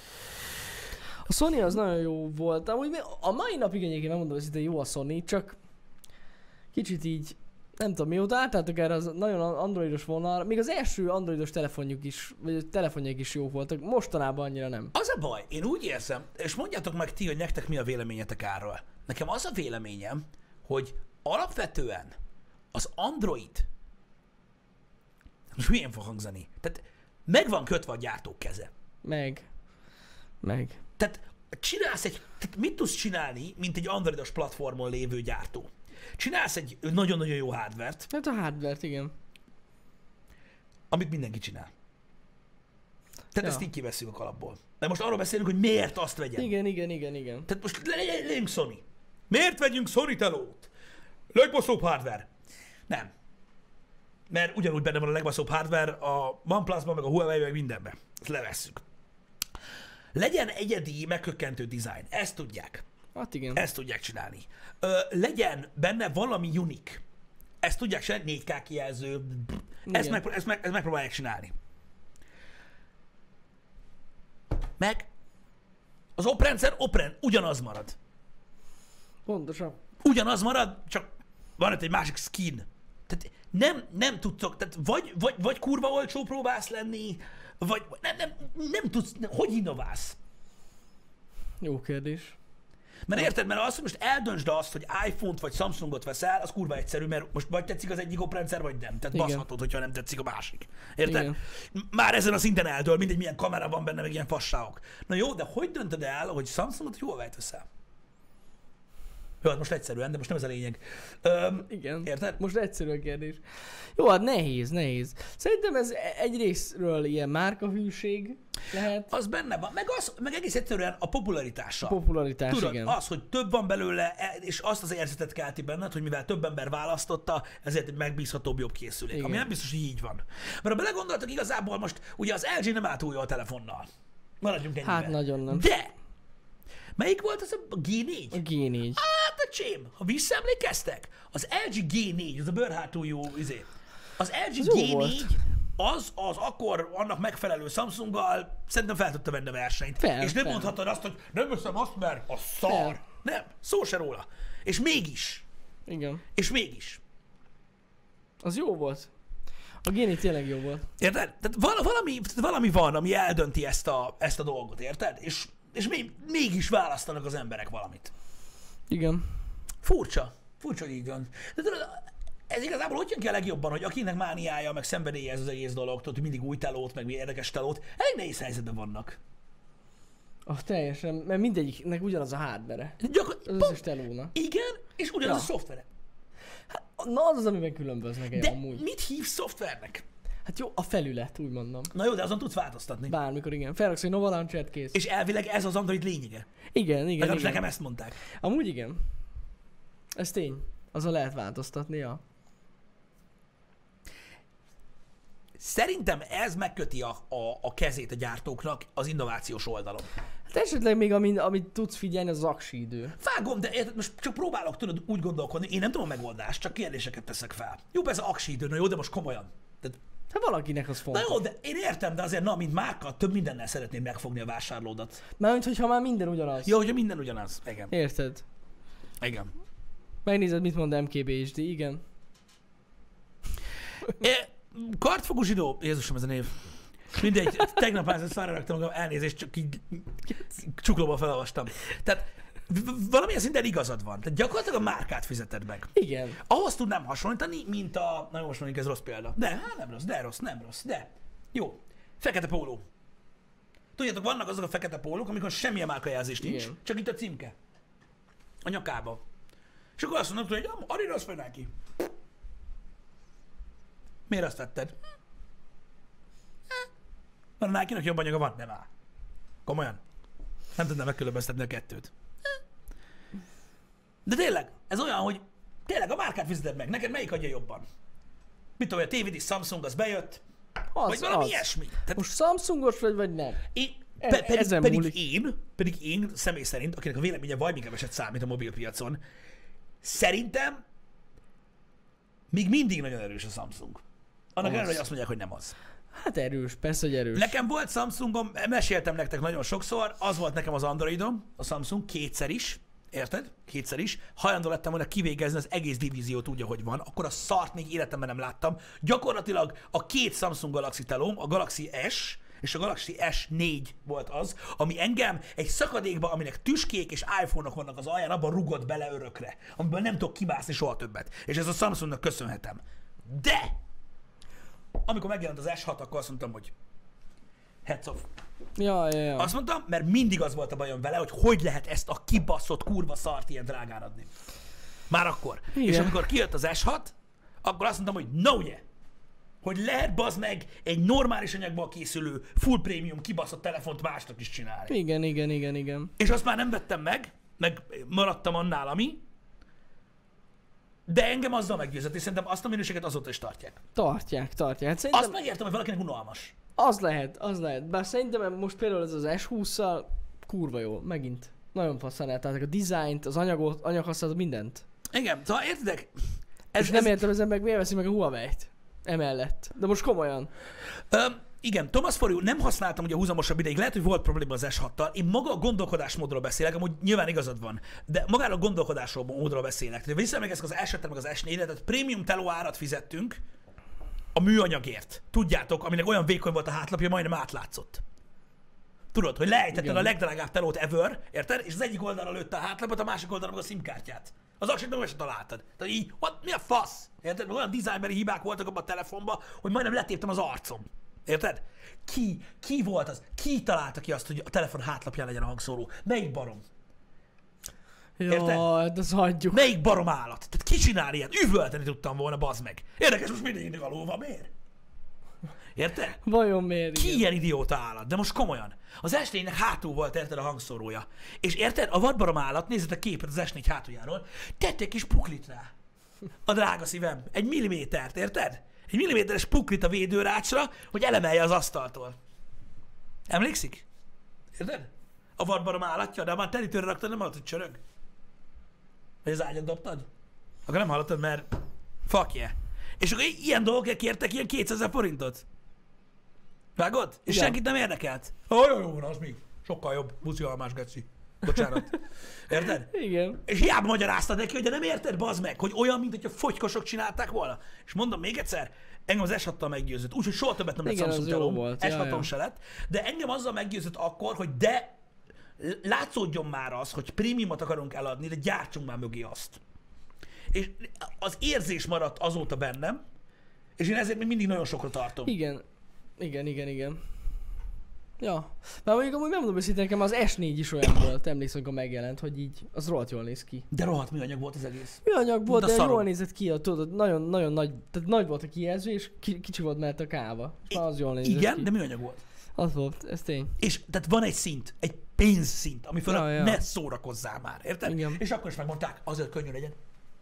A Sony az nagyon jó volt. Amúgy még a mai napig egyébként megmondom, hogy jó a Sony, csak kicsit így, nem tudom, mióta átálltak erre az nagyon androidos vonalra, még az első androidos telefonjuk is, vagy telefonjaik is jók voltak, mostanában annyira nem. Az a baj, én úgy érzem, és mondjátok meg ti, hogy nektek mi a véleményetek erről. Nekem az a véleményem, hogy alapvetően az Android, most milyen fog hangzani, tehát meg van kötve a gyártók keze. Meg. Meg. Tehát csinálsz egy, tehát mit tudsz csinálni, mint egy androidos platformon lévő gyártó? Csinálsz egy nagyon-nagyon jó hardvert, Hát a hardware-t, igen. amit mindenki csinál. Tehát Ja. ezt így kiveszünk a kalapból. De most arról beszélünk, hogy miért azt vegyen. Igen, igen, igen, igen. Tehát most le- le- legyünk Sony. Miért vegyünk Sony telót? Legbaszóbb hardware. Nem. Mert ugyanúgy benne van a legbaszóbb hardware a OnePlus-ban, meg a Huawei, meg mindenben. Ezt levesszük. Legyen egyedi, megkökkentő design. Ezt tudják. Hát igen. Ezt tudják csinálni. Ö, legyen benne valami unik. Ezt tudják csinálni, négy ká kijelző. Ezt, meg, ezt, meg, ezt megpróbálják csinálni. Meg az oprendszer, opren, ugyanaz marad. Pontosan. Ugyanaz marad, csak van itt egy másik skin. Tehát nem, nem tudtok, tehát vagy, vagy, vagy kurva olcsó próbálsz lenni, vagy nem, nem, nem tudsz, nem, hogy innoválsz? Jó kérdés. Mert érted, mert az, hogy most eldöntsd azt, hogy iPhone-t vagy Samsungot veszel, az kurva egyszerű, mert most vagy tetszik az egyik oprendszer, vagy nem. Tehát Igen. baszhatod, hogyha nem tetszik a másik. Érted? Igen. Már ezen a szinten eldől, mindegy milyen kamera van benne, meg ilyen fasságok. Na jó, de hogy döntöd el, hogy Samsungot vagy Huawei-t veszel? Jó, hát most egyszerűen, de most nem ez a lényeg. Öm, Igen. Érted? Most egyszerű a kérdés. Jó, hát nehéz, nehéz. Szerintem ez egy részről ilyen márkahűség. lehet. Az benne van. Meg, az, meg egész egyszerűen a popularitása. A popularitás, Tudod, igen. az, hogy több van belőle, e- és azt az érzetet kelti benned, hogy mivel több ember választotta, ezért egy megbízhatóbb, jobb készülék. Igen. Ami nem biztos, hogy így van. Mert ha belegondoltak, igazából most ugye az el gé nem áll túl jól a telefonnal. Maradjunk ennyiben. Hát nagyon nem. De! Melyik volt az a gé négy? A gé négy. Hát a csém, ha visszaemlékeztek, az el gé gé négy, az a bőrhátuljú izé, az el gé Az jó gé volt. négy, az, az akkor annak megfelelő Samsunggal szerintem fel tudta venni a versenyt. Fel, és nem fel. mondhatod azt, hogy nem veszem azt, mert a szar. Fel. Nem, szó se róla. És mégis, Igen. és mégis. Az jó volt. A gé négy tényleg jó volt. Érted? Tehát val- valami, tehát valami van, ami eldönti ezt a, ezt a dolgot, érted? És, és még, mégis választanak az emberek valamit. Igen. Furcsa. Furcsa, hogy így van. De tudod, ez igazából hogy jön ki a legjobban, hogy akinek mániája, meg szenvedélye ez az egész dolog, tudod, hogy mindig új telót, meg mi érdekes telót, elég nehéz helyzetben vannak. Ah, teljesen, mert mindegyiknek ugyanaz a hardware. Gyakor- Az pont, összes telónak. igen, és ugyanaz Ja. a szoftvere. Na, az az, amiben különböznek De amúgy. mit hívsz szoftvernek? Hát jó, a felület, úgy mondom. Na jó, de azon tudsz változtatni. Bármikor, igen. Felraksz egy Nova Launcher-t, kész. És elvileg ez az Android lényege. Igen, igen, Legalábbis igen. nekem ezt mondták. Amúgy igen. Ez tény. Azon lehet változtatni, ja. Szerintem ez megköti a, a, a kezét a gyártóknak az innovációs oldalon. Hát esetleg még amit, amit tudsz figyelni, az aksi idő. Vágom, de érted, most csak próbálok tudod úgy gondolkodni, én nem tudom a megoldást, csak kérdéseket teszek fel. Jó, persze aksi idő, na jó, de most komolyan. Tehát, Hát valakinek az na fontos. jó, de én értem, de azért na, mint márka, több mindennel szeretném megfogni a vásárlódat. Mármint, hogyha már minden ugyanaz. Jó, hogyha minden ugyanaz. Igen. Érted? Igen. Megnézed, mit mond em ké bé há dé, igen. E, kartfogú zsidó, Jézusom ez a név. Mindegy, tegnap már ezt fára raktam magam, elnézést, csak így csuklóban felolvastam. Tehát v- valamilyen szinten igazad van. Tehát gyakorlatilag a márkát fizeted meg. Igen. Ahhoz tudnám hasonlítani, mint a... Na jó, most mondjuk ez rossz példa. De, hát nem rossz, de rossz, nem rossz, de. Jó. Fekete póló. Tudjátok, vannak azok a fekete pólók, amikor semmilyen márkajelzés nincs, Igen. csak itt a címke. A nyakába. És akkor azt mondod, hogy Adidas vagy Nike. Miért azt vetted? Mert a Nike-nak jobb anyaga van, nem áll. Komolyan. Nem tudnám megkülönböztetni a kettőt. De tényleg, ez olyan, hogy tényleg a márkát fizeted meg. Neked melyik adja jobban? Mit tudom, a té vé dé Samsung az bejött, Az, vagy valami az. ilyesmi. Tehát Most Samsungos vagy, vagy nem? én, E- pe, pedig, ezen pedig, múlik. én, pedig én személy szerint, akinek a véleménye valami keveset számít a mobilpiacon, szerintem még mindig nagyon erős a Samsung. Annak Az. ellenére, hogy azt mondják, hogy nem az. Hát erős, persze, hogy erős. Nekem volt Samsungom, meséltem nektek nagyon sokszor, az volt nekem az Androidom, a Samsung, kétszer is, érted? Kétszer is. Hajlandó lettem volna kivégezni az egész divíziót úgy, ahogy van, akkor a szart még életemben nem láttam. Gyakorlatilag a két Samsung Galaxy telóm, a Galaxy S és a Galaxy S négy volt az, ami engem egy szakadékba, aminek tüskék és iPhone-ok vannak az alján, abban rugott bele örökre, amiből nem tudok kimászni soha többet. És ez a Samsungnak köszönhetem. De! Amikor megjelent az S hat, akkor azt mondtam, hogy heads off. Ja, ja, ja. Azt mondtam, mert mindig az volt a bajom vele, hogy hogy lehet ezt a kibaszott kurva szart ilyen drágán adni. Már akkor. Igen. És amikor kijött az S hat, akkor azt mondtam, hogy no yeah. Hogy lehet bazd meg egy normális anyagból készülő full prémium kibaszott telefont másnak is csinálni. Igen, igen, igen, igen. És azt már nem vettem meg, meg maradtam annál, ami, de engem azzal meggyőzött, és szerintem azt a minőséget azóta is tartják. Tartják, tartják. Hát szerintem Azt megértem, hogy valakinek unalmas. az lehet, az lehet. Bár szerintem most például ez az S hússzal kurva jó, megint. Nagyon faszán eltalálták a dizájnt, az anyagot, anyaghasználatot, mindent. Igen, szóval értitek? Ez, Ez, és nem ez, értem, ezen meg miért veszi meg a Huawei-t emellett. De most komolyan. Öm, igen, Thomas for you, nem használtam ugye húzamosabb ideig, lehet, hogy volt probléma az S hattal. Én maga a gondolkodásmódról beszélek, amúgy nyilván igazad van, de magáról a gondolkodásmódról beszélek. Tehát visszaemlékeztek az S hetre meg az S négyre, tehát prémium teló árat fizettünk a műanyagért. Tudjátok, aminek olyan vékony volt a hátlapja, majdnem átlátszott. Tudod, hogy leejtetted Igen. a legdrágább telót ever, érted? És az egyik oldalra lőtte a hátlapot, a másik oldalra meg a SIM-kártyát. Az aksit meg se találtad. Tehát így, what, mi a fasz? Érted? Olyan designbeli hibák voltak abban a telefonban, hogy majdnem letéptem az arcom. Érted? Ki, ki volt az? Ki találta ki azt, hogy a telefon hátlapján legyen a hangszóró? Melyik barom? Jaj, de azt hagyjuk. Melyik barom állat? Tehát ki csinál ilyet? Üvölteni tudtam volna, bazd meg. Érdekes, most mindenkinek alul van, miért? Érted? Vajon miért? Ki igen? ilyen idióta állat? De most komolyan. Az es négynek hátul volt, érted, a hangszórója. És érted, a vadbarom állat, nézzed a képet az es négy hátuljáról, tett egy kis puklit rá. A drága szívem. Egy millimétert, érted? Egy milliméteres puklit a védőrácsra, hogy elemelje az asztaltól. Emlékszik? Érted? A vadbarom állatja, de már telítőre raktad, nem hallott, hogy csörög? Vagy az ágyat dobtad? Akkor nem hallottad, mert fuck yeah. És akkor ilyen dolgok kértek ilyen kétszázezer forintot. Vágod? És Ja. senkit nem érdekelt. Ó, jó, jó van, az még. Sokkal jobb. Buszi almás geci. Bocsánat. Érted? Igen. És hiába magyaráztad neki, hogy de nem érted, bazd meg, hogy olyan, mint hogyha fogykosok csinálták volna. És mondom még egyszer, engem az es hattal meggyőzött. Úgyhogy soha többet nem lett Igen, az Samsung jó telóm. volt. es Ja, haton ja. se lett. De engem azzal meggyőzött akkor, hogy de látszódjon már az, hogy prémiumot akarunk eladni, de gyártsunk már mögé azt. És az érzés maradt azóta bennem, és én ezért még mindig nagyon sokra tartom. Igen. Igen, igen, igen. Ja. Már mondjuk amúgy megmondom őszintén, nekem az es négy is olyan volt, emlékszem, amikor megjelent, hogy így, az rohadt jól néz ki. De rohadt műanyag volt az egész. Műanyag volt, a de szarom. jól nézett ki, a, tudod, nagyon, nagyon nagy, tehát nagy volt a kijelző, és ki, kicsi volt mellett a káva. És már az jól nézett Igen, ki. de műanyag volt. Az volt, ez tény. És tehát van egy szint, egy pénzszint, ami fölött Ja, ja. ne szórakozzál már, érted? Igen. És akkor is megmondták, azért könnyű legyen.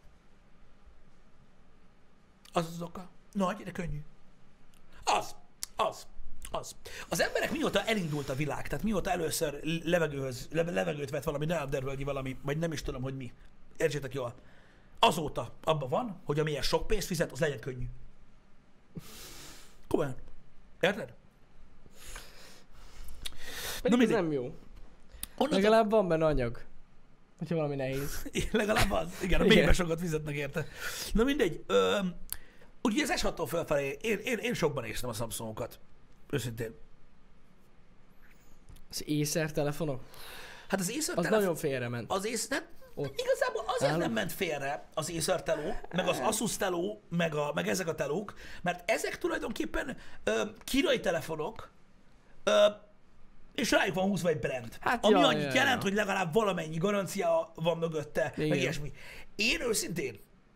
Az az oka. Nagy, de könnyű. Az, az, az. Az emberek mióta elindult a világ, tehát mióta először levegőhöz, le- levegőt vett valami neandervölgyi valami, vagy nem is tudom, hogy mi. Értsétek jól. Azóta abban van, hogy amilyen sok pénzt fizet, az legyen könnyű. Komolyan. Érted? Pedig ez mindegy. nem jó. Onnantól- Legalább van benne anyag. Hogyha valami nehéz. Legalább az. Igen, a Igen. mélyben sokat fizetnek érte. Na mindegy. Ö, ugye az es hattól felfelé én, én, én sokban néztem a Samsungokat. Őszintén. Az Acer telefonok? Hát az Acer Az telefon... nagyon félrement. Az Acer... Hát, Ott. igazából azért Állam. nem ment félre az Acer teló, meg az Asus teló, meg, a, meg ezek a telók, mert ezek tulajdonképpen ö, kínai telefonok, ö, és rájuk van húzva egy brand. Hát ami ja, annyit ja, jelent, ja. hogy legalább valamennyi garancia van mögötte, Igen. meg ilyesmi. Én őszintén,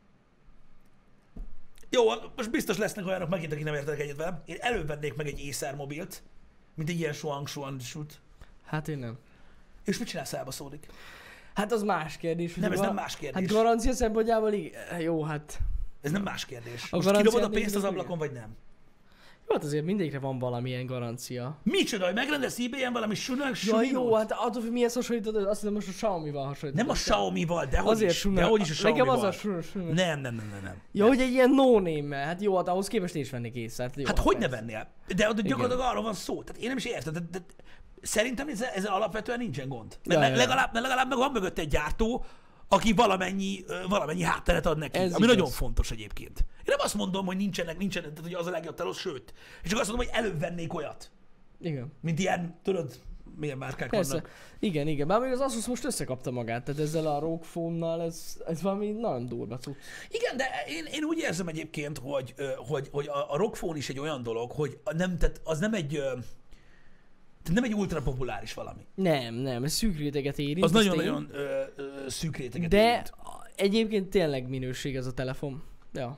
jó, most biztos lesznek olyanok megint, akik nem értenek egyet velem, én előbb vennék meg egy Acer mobilt, mint egy ilyen Shuang Shuang Shoot. Hát én nem. És mit csinálsz, elbaszódik? Hát az más kérdés. Nem, hogy ez ga- nem más kérdés. Hát garancia szempontjából igen. Jó, hát... Ez nem más kérdés. A Most garanciát kidobod a pénzt nézzük az meg, ablakon, vagy nem? Jó, hát azért mindegyikre van valamilyen garancia. Micsoda, hogy megrendelsz eBay-en valami Shuang Ja, Shuang? jó, hát attól, hogy mihez hasonlítod, azt hiszem most a Xiaomi-val hasonlítod. Nem a Xiaomi-val, de hogy Azért is. Shuang- De hogy is a Nekem Xiaomi-val. az a Shuang- Shuang- Nem, nem, nem, nem, nem. Ja, hogy egy ilyen no-name-mel. Hát jó, hát ahhoz képest én is vennék észre. Hát, jó, Hát hogy ne persze. vennél? De ott gyakorlatilag arról van szó. Tehát én nem is értem. De, de, szerintem ezzel, ezzel alapvetően nincsen gond. Mert Ja, ja, ja. legalább, mert legalább meg van mögött egy gyártó, aki valamennyi, ö, valamennyi hátteret ad neki. Ez ami igaz. nagyon fontos egyébként. Én nem azt mondom, hogy nincsenek, nincsenek, tehát hogy az a legjobb teló, sőt. És csak azt mondom, hogy előbb vennék olyat. Igen. Mint ilyen, tudod, milyen márkák Persze. vannak. Igen, igen. Bár még az Asus most összekapta magát, tehát ezzel a ROG Phone-nal ez, ez valami nagyon durva cucc. Igen, de én, én úgy érzem egyébként, hogy, ö, hogy, hogy a, a ROG Phone is egy olyan dolog, hogy a nem, tehát az nem egy, ö, tehát nem egy ultra populáris valami. Nem, nem, ez szűk réteget érint. Az ez tény. nagyon-nagyon ö, ö, szűk réteget De érint. egyébként tényleg minőség ez a telefon. Ja.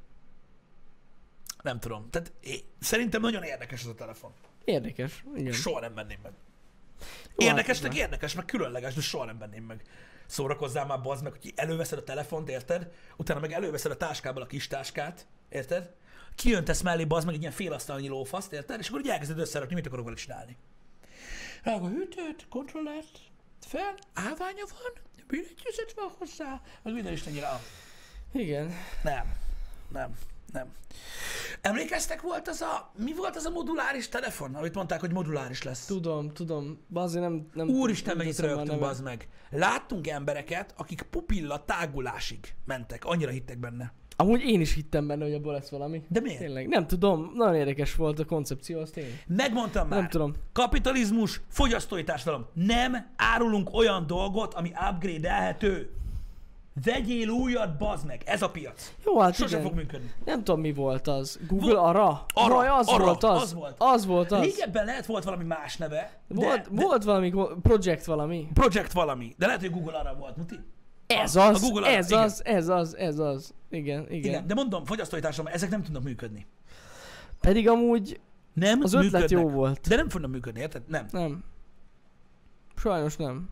Nem tudom. Tehát é, szerintem nagyon érdekes ez a telefon. Érdekes. Igen. Soha nem venném meg. Jó, Érdekesnek hát, érdekes, meg különleges, de soha nem venném meg. Szórakozzál már, bazd meg, hogy előveszed a telefont, érted? Utána meg előveszed a táskából a kis táskát, érted? Kijöntesz mellé, bazd meg egy ilyen félasztalnyi lófaszt, érted? És akkor úgy elkezded összerakni, mit akarok vele csinálni. Rág a hűtőt, kontrollert, fel, állványa van, billentyűzet van hozzá, az minden istennyire. Ah, Igen. nem, nem, nem. Emlékeztek, volt az a, mi volt az a moduláris telefon, amit mondták, hogy moduláris lesz? Tudom, tudom. Azért nem... nem Úristen, nem mennyit teszem már rögtünk, nevet. bazd meg. Láttunk embereket, akik pupilla tágulásig mentek, annyira hittek benne. Amúgy én is hittem benne, hogy abból lesz valami. De miért? Tényleg. Nem tudom, nagyon érdekes volt a koncepció, az tény. Megmondtam már. Nem tudom. Kapitalizmus, fogyasztói társadalom. Nem árulunk olyan dolgot, ami upgrade-elhető. Vegyél újat, bazd meg. Ez a piac. Jó, hát Sose igen. fog működni. Nem tudom, mi volt az. Google Vo- Ara? Ara, Jaj, az Ara, volt az. az volt. Az volt az. Régebben lehet volt valami más neve. De, Volt, de volt valami go- projekt valami. Project valami. De lehet, hogy Google arra volt, Muti. Ez A- a az, Google Ara, ez igen. az, ez az, ez az. Igen, igen. Igen. De mondom, fogyasztói társadalom, ezek nem tudnak működni. Pedig amúgy Nem az ötlet működnek. jó volt. De nem fognak működni, érted? Nem. Nem. Sajnos nem.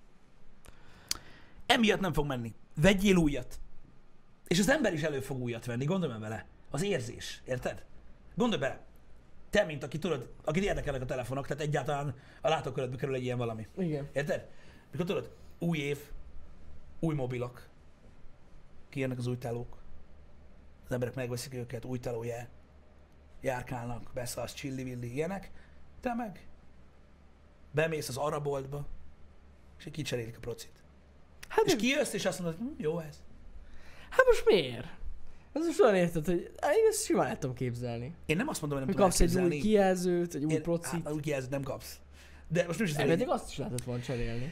Emiatt nem fog menni. Vegyél újat. És az ember is elő fog újat venni, gondolj már vele. Az érzés, érted? Gondolj bele. Te, mint aki tudod, akit érdekelnek a telefonok, tehát egyáltalán a látókörödbe kerül egy ilyen valami. Igen. Érted? Mikor tudod, új év, új mobilok, kijönnek az új telók, az emberek megveszik őket, új telójel, járkálnak, beszalsz, csilli-villi, ilyenek, te meg bemész az araboltba, és így kicserélik a procit. Hát, És de- kijössz, és azt mondod, hm, jó ez. hát most miért? Ez most olyan érted, hogy á, én ezt simán el tudom képzelni. Én nem azt mondom, hogy nem Hogy tudom kapsz egy új elképzelni. kijelzőt, egy új Én- procit. Hát, új kijelzőt nem kapsz. De most nem is az Elmeddig elég. azt is lehetett volna cserélni.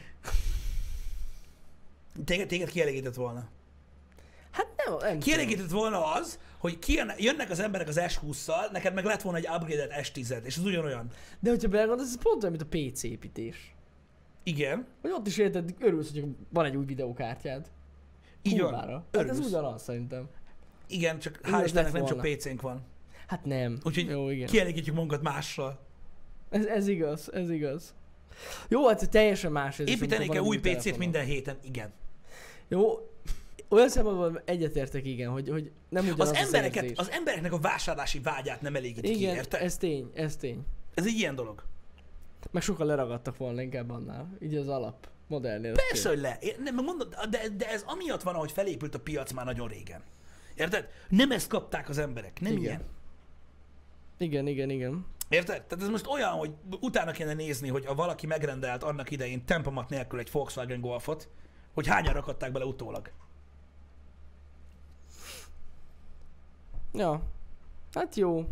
Téged, téged kielégített volna. Hát nem, nem tudom. Kielégített volna az, hogy kijön, jönnek az emberek az es hússzal, neked meg lett volna egy upgrade-et es tízed, és az ugyanolyan. De hogyha belegondolsz, ez pont olyan, mint a pé cé építés. Igen, Hogy ott is érted, örülsz, hogy van egy új videókártyád. így van. Kurvára. Hát ez Örülsz. ugyanaz szerintem. Igen, csak Ugyanaz hál' Istennek lett nem csak volna. pé cénk van. Hát nem. Úgyhogy Jó, igen. kielégítjük magunkat mással. Ez, ez igaz, ez igaz. Jó, hát teljesen más ez is, Építeni amikor kell van új egy pé cét telefonon. minden héten, igen. Jó, olyan szempontból egyetértek, igen, hogy, hogy nem ugyanaz Az az, embereket, érzés. az embereknek a vásárlási vágyát nem elégíti ki, Igen, érted? ez tény, ez tény. Ez egy ilyen dolog. Meg sokkal leragadtak volna inkább annál. Így az alap modellnél. Persze, hogy le. Én nem, mondom, de, de ez amiatt van, ahogy felépült a piac már nagyon régen. Érted? Nem ezt kapták az emberek, nem Igen. ilyen. Igen, igen, igen. Érted? Tehát ez most olyan, hogy utána kéne nézni, hogy ha valaki megrendelt annak idején tempomat nélkül egy Volkswagen Golfot, hogy hányan rakadták bele utólag. Ja. Hát jó.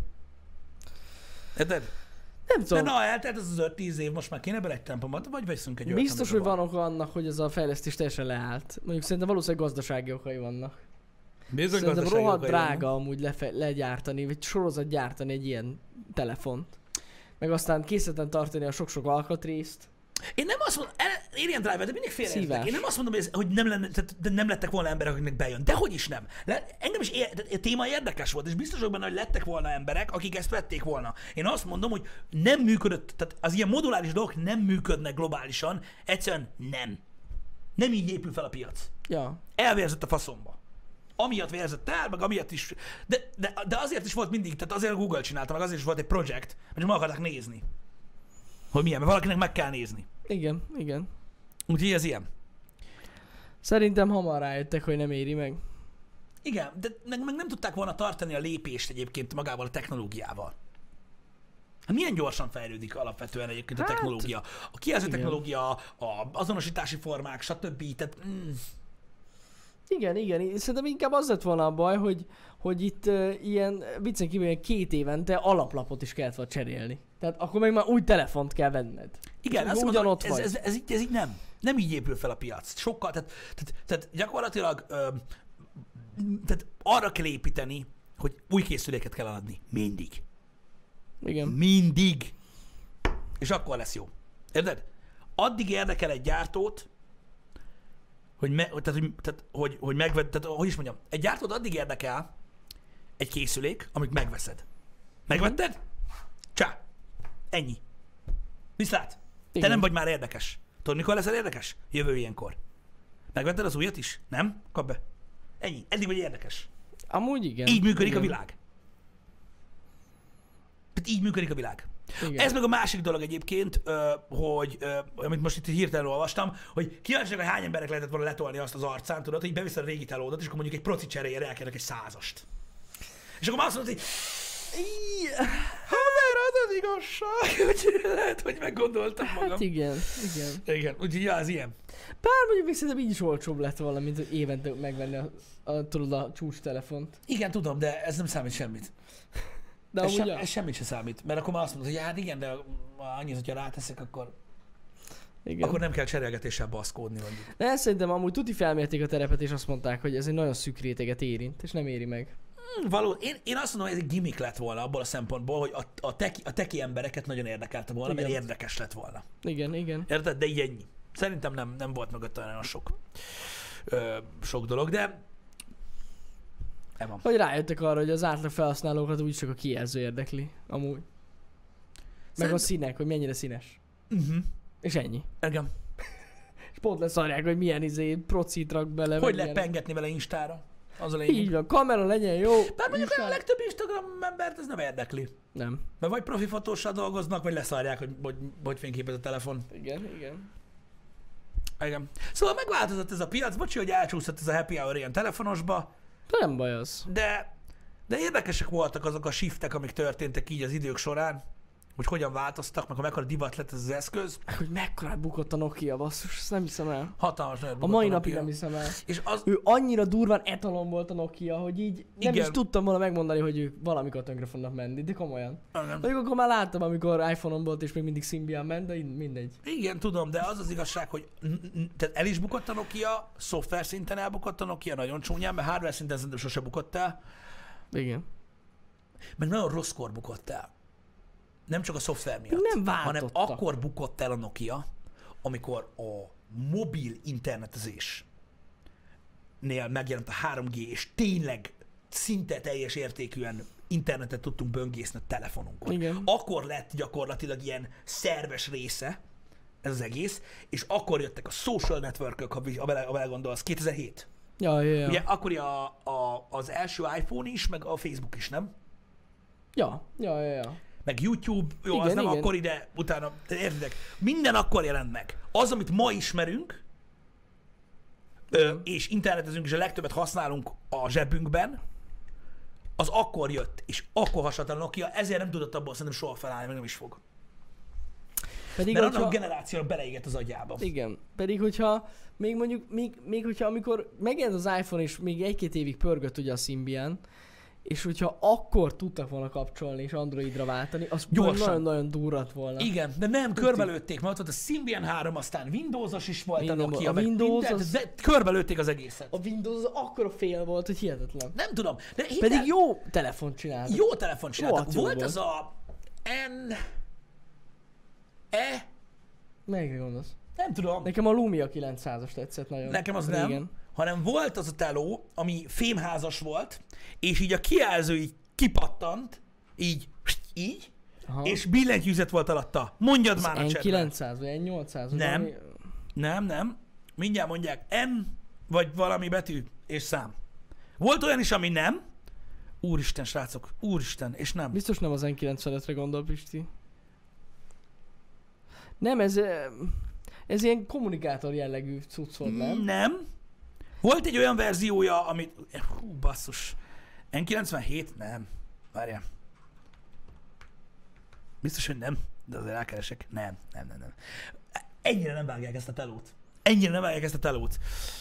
Érted? Nem De tudom. na, eltelt ez az öt-tíz év, most már kéne bele egy tempomat, vagy veszünk egy olyat, Biztos, hogy amiben van oka annak, hogy ez a fejlesztés teljesen leállt. Mondjuk szerintem valószínűleg gazdasági okai vannak. Bizony Szerintem gazdasági rohadt okai vannak. drága amúgy lefe- legyártani, vagy sorozat gyártani egy ilyen telefont. Meg aztán készleten tartani a sok-sok alkatrészt. Én nem azt mondom, el- Alien Driver, de mindig félreértek. Szívás. Én nem azt mondom, hogy, ez, hogy nem, lenne, tehát, de nem lettek volna emberek, akiknek bejön. De hogy is nem. Le, engem is ér, tehát a téma érdekes volt, és biztos vagyok benne, hogy lettek volna emberek, akik ezt vették volna. Én azt mondom, hogy nem működött, tehát az ilyen moduláris dolgok nem működnek globálisan, egyszerűen nem. Nem így épül fel a piac. Ja. Elvérzett a faszomba. Amiatt vérzett el, meg amiatt is, de, de, de azért is volt mindig, tehát azért a Google csinálta, meg azért is volt egy projekt, mert meg akarták nézni. Hogy milyen, mert valakinek meg kell nézni. Igen, igen. Úgyhogy ez ilyen. Szerintem hamar rájöttek, hogy nem éri meg. Igen, de meg, meg nem tudták volna tartani a lépést egyébként magával a technológiával. Hát milyen gyorsan fejlődik alapvetően egyébként a Hát, technológia. A kijelző igen. technológia, a azonosítási formák, stb. Tehát, mm, Igen, igen. Szerintem inkább az lett volna a baj, hogy, hogy itt uh, ilyen viccen kívül ilyen két évente alaplapot is kellett volna cserélni. Tehát akkor meg már új telefont kell venned. igen, És azt ugyan mondom, ott ez, vagy. ez, ez, így, ez így nem. Nem így épül fel a piac. Sokkal, tehát, tehát, tehát gyakorlatilag ö, tehát arra kell építeni, hogy új készüléket kell adni. Mindig. Igen. Mindig. És akkor lesz jó. Érted? Addig érdekel egy gyártót, hogy, me, tehát, hogy, tehát, hogy, hogy megved, tehát, hogy is mondjam, egy gyártót addig érdekel egy készülék, amit megveszed. Megvetted? Csá. Ennyi. Viszlát. Te Igen. nem vagy már érdekes. Tudod, mikor leszel érdekes? Jövő ilyenkor. Megvetted az újat is? Nem? Kap be. Ennyi. Eddig vagy érdekes. Amúgy igen. Így működik igen. a világ. Tehát így működik a világ. Igen. Ez meg a másik dolog egyébként, ö, hogy, ö, amit most itt hirtelen olvastam, hogy kíváncsiak, hogy hány emberek lehetett volna letolni azt az arcán, tudod, hogy beviszed a régi telódat, és akkor mondjuk egy proci cseréjére elkérnek egy százast. És akkor már azt mondod, hogy haver, az az igazság. Úgyhogy lehet, hogy meggondoltam magam. Hát igen, igen. Igen, úgyhogy ja, az ilyen. Bár mondjuk még szerintem így is olcsóbb lett volna, mint hogy évente megvenni a, a, tudod, a csúcs telefont. Igen, tudom, de ez nem számít semmit. De Ez, amúgy sem, ja. ez semmit se számít, mert akkor már azt mondod, hogy hát igen, de annyit, hogyha ráteszek, akkor, Igen. akkor nem kell cserélgetéssel baszkódni mondjuk. De ezt szerintem amúgy tuti felmérték a terepet, és azt mondták, hogy ez egy nagyon szűk réteget érint, és nem éri meg. Hmm, való, én, én azt mondom, hogy ez egy gimmick lett volna abból a szempontból, hogy a, a, teki, a teki embereket nagyon érdekelte volna, Igen. mert érdekes lett volna. Igen, igen. Érted? De így ennyi. Szerintem nem, nem volt mögött olyan sok, ö, sok dolog, de El van. Vagy rájöttek arra, hogy az átlag felhasználókat úgy csak a kijelző érdekli, amúgy. Meg Szerint... a színek, hogy mennyire színes. Uh-huh. És ennyi. Igen. És pont leszarják, hogy milyen izé procit rak bele. Hogy lehet milyen... pengetni vele Instára? Az a lényeg. Így van, kamera legyen jó. Bár mondjuk Instán... a legtöbb Instagram embert ez nem érdekli. Nem. Mert vagy profi fotóssal dolgoznak, vagy leszarják, hogy hogy, hogy fényképez a telefon. Igen, igen. Igen. Szóval megváltozott ez a piac, bocsi, hogy elcsúszott ez a happy hour ilyen telefonosba, De nem baj az. de, de érdekesek voltak azok a shiftek, amik történtek így az idők során, hogy hogyan változtak, meg ha mekkora divat lett ez az eszköz. Meg hogy mekkorát bukott a Nokia, basszus, ezt nem hiszem el. Hatalmas nagyot A bukott mai a napig Nokia. nem hiszem el. És az, Ő annyira durván etalon volt a Nokia, hogy így nem Igen. is tudtam volna megmondani, hogy ők valamikor tönkre fognak menni, de komolyan. igen. Mondjuk akkor már láttam, amikor iPhone-on volt és még mindig Symbian ment, de mindegy. Igen, tudom, de az az igazság, hogy n- n- tehát el is bukott a Nokia, szoftver szinten elbukott a Nokia, nagyon csúnyán, mert hardware szinten szerintem sose bukott el, Igen. meg nagyon rosszkor bukott el. Nem csak a szoftver miatt, Nem hanem váltottak. akkor bukott el a Nokia, amikor a mobil internetezés nél megjelent a három G, és tényleg szinte teljes értékűen internetet tudtunk böngészni a telefonunkon. Igen. Akkor lett gyakorlatilag ilyen szerves része ez az egész, és akkor jöttek a social networkök, ha vi- ha bele, ha belegondolsz, kétezer-hét. Ja, ja, ja. Ugye akkor a, a, az első iPhone is, meg a Facebook is, nem? Ja, ja, ja, ja. Meg YouTube, jó, Igen, az nem igen. akkor ide, utána, te értitek, minden akkor jelent meg. Az, amit ma ismerünk, ö, és internetezünk, és a legtöbbet használunk a zsebünkben, az akkor jött, és akkor hasadt a Nokia, ezért nem tudott abból szerintem soha felállni, meg nem is fog. Pedig, Mert annak hogyha... a generációnak beleégett az agyába. Igen. Pedig, hogyha még mondjuk, még, még hogyha amikor megjelent az iPhone, és még egy-két évig pörgött ugye a Symbian, és hogyha akkor tudtak volna kapcsolni és Androidra váltani, az Gyorsan. nagyon-nagyon durrat volna. Igen, de nem, körbelőtték, mert ott volt a Symbian három, aztán Windowsos is volt Minden a volt. Nokia, A meg Windows minden, az- de körbelőtték az egészet. A Windows akkora fél volt, hogy hihetetlen. Nem tudom, de hidd Pedig el, jó telefont csináltak. jó telefon csináltak. Rohadt jó Volt volt. az a N... E... Melyikre gondolsz? Nem tudom. Nekem a Lumia kilencszázas tetszett nagyon. Nekem az régen. nem, hanem volt az a teló, ami fémházas volt, és így a kijelző így kipattant, így, így, Aha. és billentyűzet volt alatta. Mondjad már a N chatben. kilencszáz vagy N nyolcszáz? vagy Nem. valami- Nem, nem. Mindjárt mondják. N, vagy valami betű és szám. Volt olyan is, ami nem. Úristen, srácok. Úristen, és nem. Biztos nem az N kilencvenötre gondol, Pisti. Nem, ez... eh, Ez ilyen kommunikátor jellegű cucc volt, nem? Nem. Volt egy olyan verziója, amit... Hú, basszus. N kilencvenhét? Nem. Várjál. Biztos, hogy nem, de azért elkeresek. Nem, nem, nem, nem. Ennyire nem vágják ezt a telót. Ennyire nem vágják ezt a telót.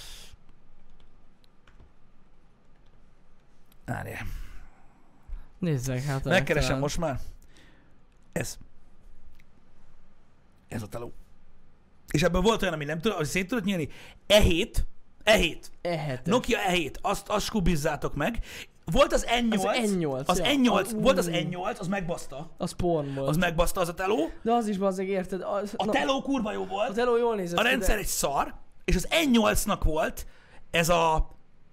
Várjál. Nézzek, hát... Megkeresem talán. most már. Ez. Ez a teló. És ebből volt olyan, ami nem tudom, hogy szét tudod nyílni. E hét. E hét. Ehetek. Nokia E hét. Azt, azt skubizzátok meg. Volt az N nyolc. Az N nyolc, Az ja. N nyolc. Az- Volt az ú. N nyolc, az megbaszta. Az porn volt. Az megbaszta az a teló. De az is bazzeg, érted? Az, A teló kurva jó A volt. teló jól nézett A ki, rendszer de... egy szar. És az N nyolcnak volt ez a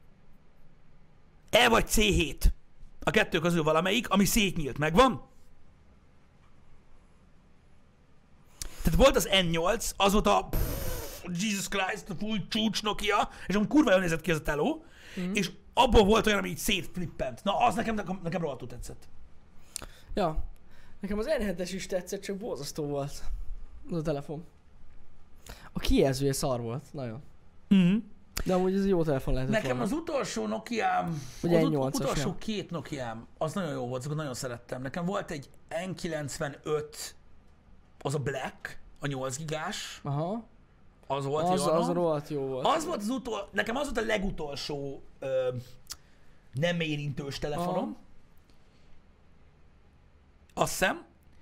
E vagy C hét. A kettő közül valamelyik, ami szétnyílt. Megvan? Tehát volt az N nyolc, az volt a pff, Jesus Christ, a full csúcs Nokia, és amúgy kurva jól nézett ki ez a teló, mm-hmm. és abból volt olyan, ami így szétflippent. Na, az nekem, nekem, nekem rohadtul tetszett. Ja. Nekem az N hetes is tetszett, csak borzasztó volt. Az a telefon. A kijelzője szar volt, nagyon. Mm-hmm. De amúgy ez egy jó telefon lehetett Nekem volna. az utolsó Nokiám, Vagy az N ut- nyolcas, utolsó ja. két Nokiám, az nagyon jó volt, azokat nagyon szerettem. Nekem volt egy N kilencvenöt, az a Black, a nyolc gigás, Aha. az volt Az, jó. az no? rohadt jó volt. Az volt az utol, nekem az volt a legutolsó ö, nem érintős telefonom. Aha. Azt hiszem.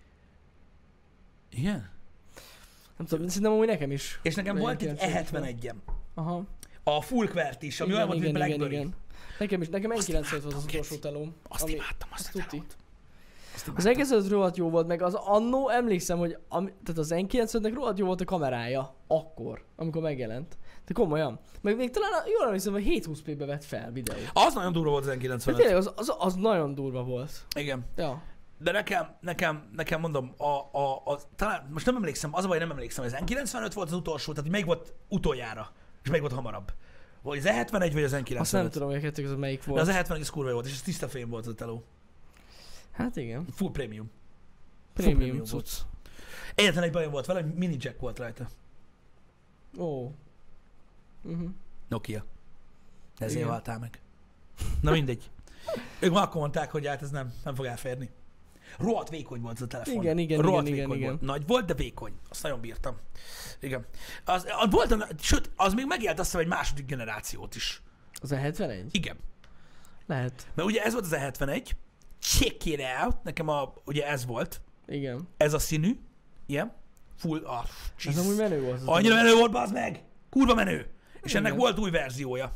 Igen. Nem tudom, szerintem amúgy nekem is. És nekem volt egy E kilencvenes hetvenegyem. Aha. A full kvert is, ami olyan volt, mint Blackberry. Nekem is, nekem N Azt kilencvenöt volt az imádtam, utolsó geci. telóm. Azt ami- imádtam, azt a tuti. telót. Az egész az rohadt jó volt, meg az annó emlékszem, hogy ami, tehát az en kilencvennek rohadt jó volt a kamerája. Akkor, amikor megjelent. De komolyan. Meg még talán jól emlékszem, hogy hétszázhúsz pé-be vett fel videót. Az nagyon durva volt az en De kilencvenöt. tényleg, az, az, az nagyon durva volt. Igen. Ja. De nekem, nekem, nekem mondom, a, a, a, talán most nem emlékszem, az a baj, nem emlékszem, hogy az en kilencvenöt volt az utolsó, tehát még volt utoljára, és még volt hamarabb. Vagy az e hetvenegy, vagy az en Azt nem kilencvenöt. tudom, hogy a kettő között melyik De volt. az e hetvenegy az kurva jó volt, és ez tiszta fém volt az a teló. Hát igen. Full premium. Premium premium cucc. Egyetlen egy bajom volt vele, hogy mini jack volt rajta. Ó. Uh-huh. Nokia. Ezért Igen. haltál meg. Na mindegy. Ők már akkor mondták, hogy hát ez nem, nem fog elférni. Rohadt vékony volt ez a telefon. Igen, igen, Rohadt igen, vékony igen, volt. igen. Nagy volt, de vékony. Azt nagyon bírtam. Igen. Az, az volt, a- sőt, az még megélt azt hiszem egy második generációt is. Az e hetvenegy? Igen. Lehet. Mert ugye ez volt az e hetvenegy. Check it out. Nekem a, ugye ez volt. Igen. Ez a színű. Igen. Full, ah, Ez Jesus. amúgy menő volt. az Annyira a- menő volt, bazd meg! Kurva menő! És Igen. ennek volt új verziója.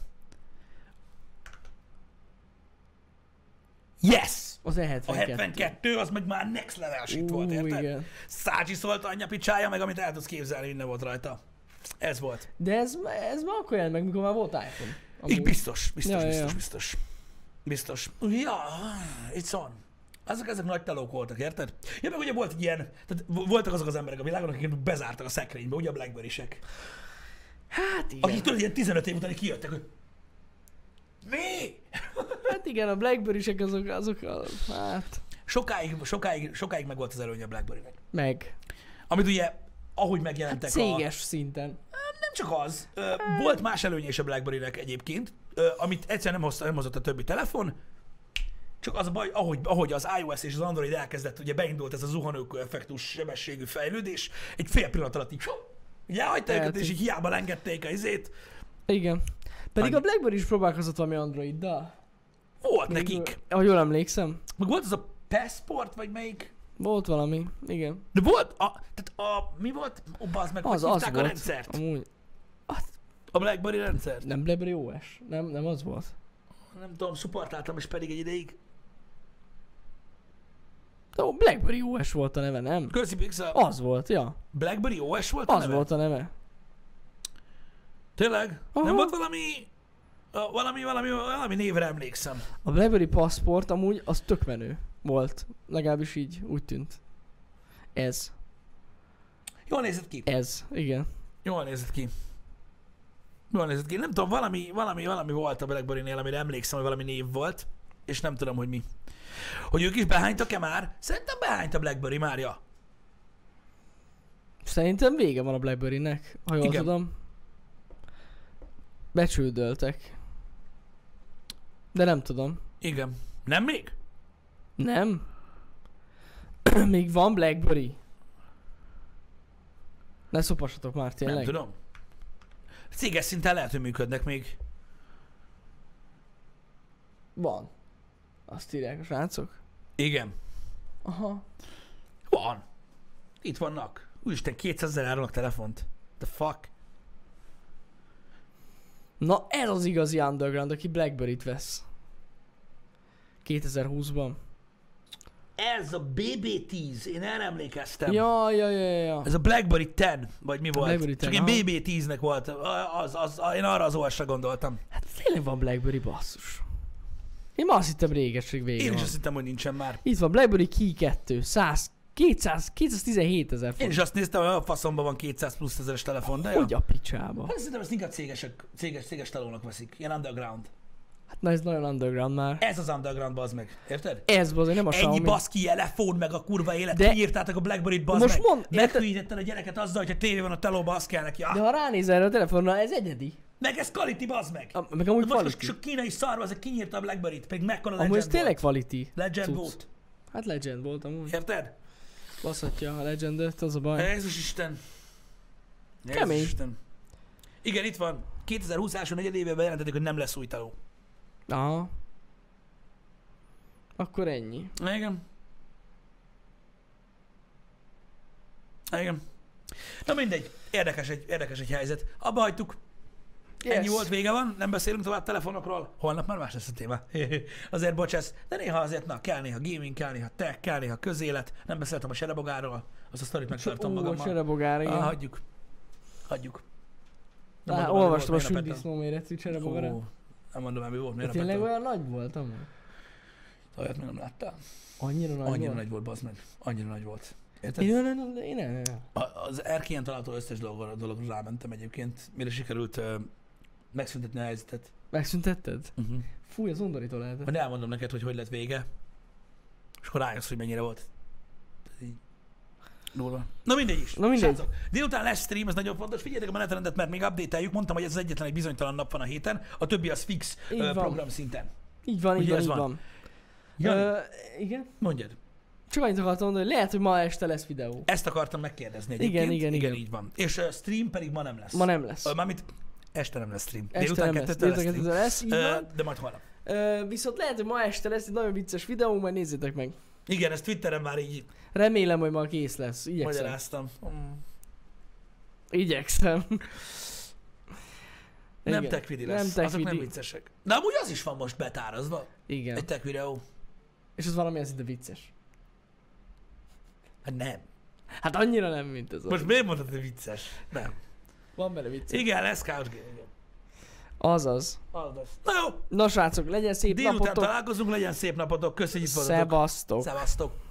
Yes! Az e A hetvenkettő. hetvenkettő az meg már next level shit volt, Ú, érted? igen. Szácsi szólt anyja picsája, meg amit el tudsz képzelni, minden volt rajta. Ez volt. De ez, ez már akkor jelent meg, mikor már volt iPhone. Így Amúgy. biztos, biztos, Ja, ja, biztos, ja. biztos. Biztos. Ja, it's on. Azok ezek nagy telók voltak, érted? Ja, meg ugye volt egy ilyen, tehát vo- voltak azok az emberek a világon, akik bezártak a szekrénybe, ugye a Blackberry-sek. Hát igen. Akik tudod, ilyen tizenöt év után kijöttek, hogy mi? Hát igen, a Blackberry-sek azok, azok, hát, Sokáig, sokáig, sokáig meg volt az előnye a Blackberry-nek. meg. Amit ugye, ahogy megjelentek a... Céges szinten. Nem csak az. Ö, volt más előnye is a Blackberry-nek egyébként, ö, amit egyszer nem, hozta, nem hozott a többi telefon, csak az a baj, ahogy, ahogy az iOS és az Android elkezdett, ugye beindult ez a zuhanókő effektus sebességű fejlődés, egy fél pillanat alatt így, ugye hagyta őket, és így hiába lengették a izét. Igen. Pedig Annyi. a Blackberry is próbálkozott valami Androiddal. Volt Még, nekik. Ahogy jól emlékszem. Meg volt az a Passport, vagy melyik? Volt valami, igen. De volt, a, tehát a, mi volt? Ó, bazd meg, Az, hogy az hívták a volt. rendszert? Amúgy. A Blackberry rendszert? Nem Blackberry o es? Nem, nem az volt. Nem tudom, szupportáltam is pedig egy ideig. De a Blackberry o es volt a neve, nem? Köszi Pixel. Az volt, ja. Blackberry o es volt a Az neve? volt a neve. Tényleg? Aha. Nem volt valami, a, valami, valami, valami névre emlékszem. A Blackberry Passport amúgy az tök menő volt. Legalábbis így úgy tűnt. Ez. Jól nézett ki. Ez. Igen. Jól nézett ki. Jól nézett ki. Nem tudom, valami, valami, valami volt a Blackberry-nél, amire emlékszem, hogy valami név volt, és nem tudom, hogy mi. Hogy ők is behánytak-e már? Szerintem behányt a Blackberry már, ja. Szerintem vége van a Blackberry-nek, ha jól Igen. tudom. Becsődöltek. De nem tudom. Igen. Nem még? Nem? Még van Blackberry? Ne szopassatok már, tényleg? Nem tudom. Céges szinten lehet, hogy működnek még. Van. Azt írják a srácok. Igen. Aha. Van. Itt vannak. Úristen, kétszázezer árulnak telefont. The fuck? Na ez az igazi underground, aki Blackberry-t vesz. kétezer-húszban. Ez a bé bé tíz, én erre emlékeztem. Ja, ja, ja, ja. Ez a BlackBerry tíz, vagy mi volt? BlackBerry Csak tíz, én aha. bé bé tíznek volt. Az, az, az, én arra az o esre gondoltam. Hát tényleg van Blackberry, basszus. Én már azt hittem régeség vége Én is van. azt hittem, hogy nincsen már. Itt van Blackberry Key kettő, száz, kétszáz, kétszáztizenhét ezer Én font. is azt néztem, hogy a faszomban van kétszáz plusz ezeres telefon, de jó. Hogy a picsába? Hát szerintem ezt inkább cégesek, céges, céges telónak veszik. Ilyen underground. Hát na ez nagyon underground már. Ez az underground, bazd meg. Érted? Ez bazd, nem a Ennyi Xiaomi. baszki telefon, meg a kurva élet. De- Kiírtátok a BlackBerry-t, bazd Most meg. mondd, érted? Meghűítetted a gyereket azzal, hogyha tévé van a telóba, azt kell neki. Ah, De ha ránézel erre a telefonra, ez egyedi. meg ez quality, bazd meg. A, meg amúgy De most quality. sok kínai szarva, ezek kinyírta a BlackBerry-t, pedig mekkora Amúgy legend ez tényleg volt. quality. Legend cucc. volt. Hát legend volt amúgy. Érted? Baszhatja a legendet, az a baj. Jézus Isten. Jézus Kemény. Isten. Igen, itt van. kétezer-húsz első negyedévben bejelentették, hogy nem lesz új teló. Aha. Akkor ennyi. Igen. Igen. Na mindegy. Érdekes egy, érdekes egy helyzet. Abba hagytuk. Yes. Ennyi volt, vége van, nem beszélünk tovább telefonokról. Holnap már más lesz a téma. Azért bocsász, de néha azért, na, kell néha gaming, kell néha tech, kell néha közélet. Nem beszéltem a serebogáról, azt a sztorit megtartom magammal. Ó, serebogár, igen. Ah, hagyjuk. Hagyjuk. Nem Á, mondom, olvastam a sündisznó méretű serebogara. Nem mondom, hogy mi volt miért. Tényleg olyan nagy volt amúgy? Olyat még nem láttál. Annyira nagy Annyira volt? nagy volt, bazd meg. Annyira nagy volt. Érted? Én nem, nem, én nem, nem. Az erkélyen található összes dologra, dologra rámentem egyébként, mire sikerült uh, megszüntetni a helyzetet. Megszüntetted? Uh-huh. Fúj, az undorító lehetett. Majd elmondom neked, hogy hogy lett vége, és akkor rájössz, hogy mennyire volt. Így. Durva. Na mindegy is. Na mindegy. Srácok, délután lesz stream, ez nagyon fontos. Figyeljetek a menetrendet, mert még update-eljük. Mondtam, hogy ez az egyetlen egy bizonytalan nap van a héten, a többi az fix uh, program szinten. Így van, Ugye így van, ez így van? van. Jani, Ö, igen? mondjad. Csak annyit akartam mondani, hogy lehet, hogy ma este lesz videó. Ezt akartam megkérdezni egyébként. Igen, igen, igen. így van. És uh, stream pedig ma nem lesz. Ma nem lesz. Uh, mármint este nem lesz stream. Este Délután nem lesz. kettőtől lesz, Délután stream. kettőtől lesz, így van. Uh, de majd holnap. Ö, viszont lehet, hogy ma este lesz egy nagyon vicces videó, majd nézzétek meg. Igen, ezt Twitteren már így Remélem, hogy ma kész lesz. Igyekszem. magyaráztam. Mm. Igyekszem. Nem Igen. tech vidi Nem lesz, tech azok nem vidi. viccesek. De amúgy az is van most betárazva. Igen. Egy tech videó. És az valamilyen szinte vicces. Hát nem. Hát annyira nem, mint ez. Most miért mondod, hogy vicces? Nem. Van bele vicces. Igen, lesz couch game. Igen. Azaz. Az lesz. Na jó, Na srácok, legyen szép délután napotok. találkozunk, legyen szép napotok. Köszönjük, Szevasztok. Szevasztok.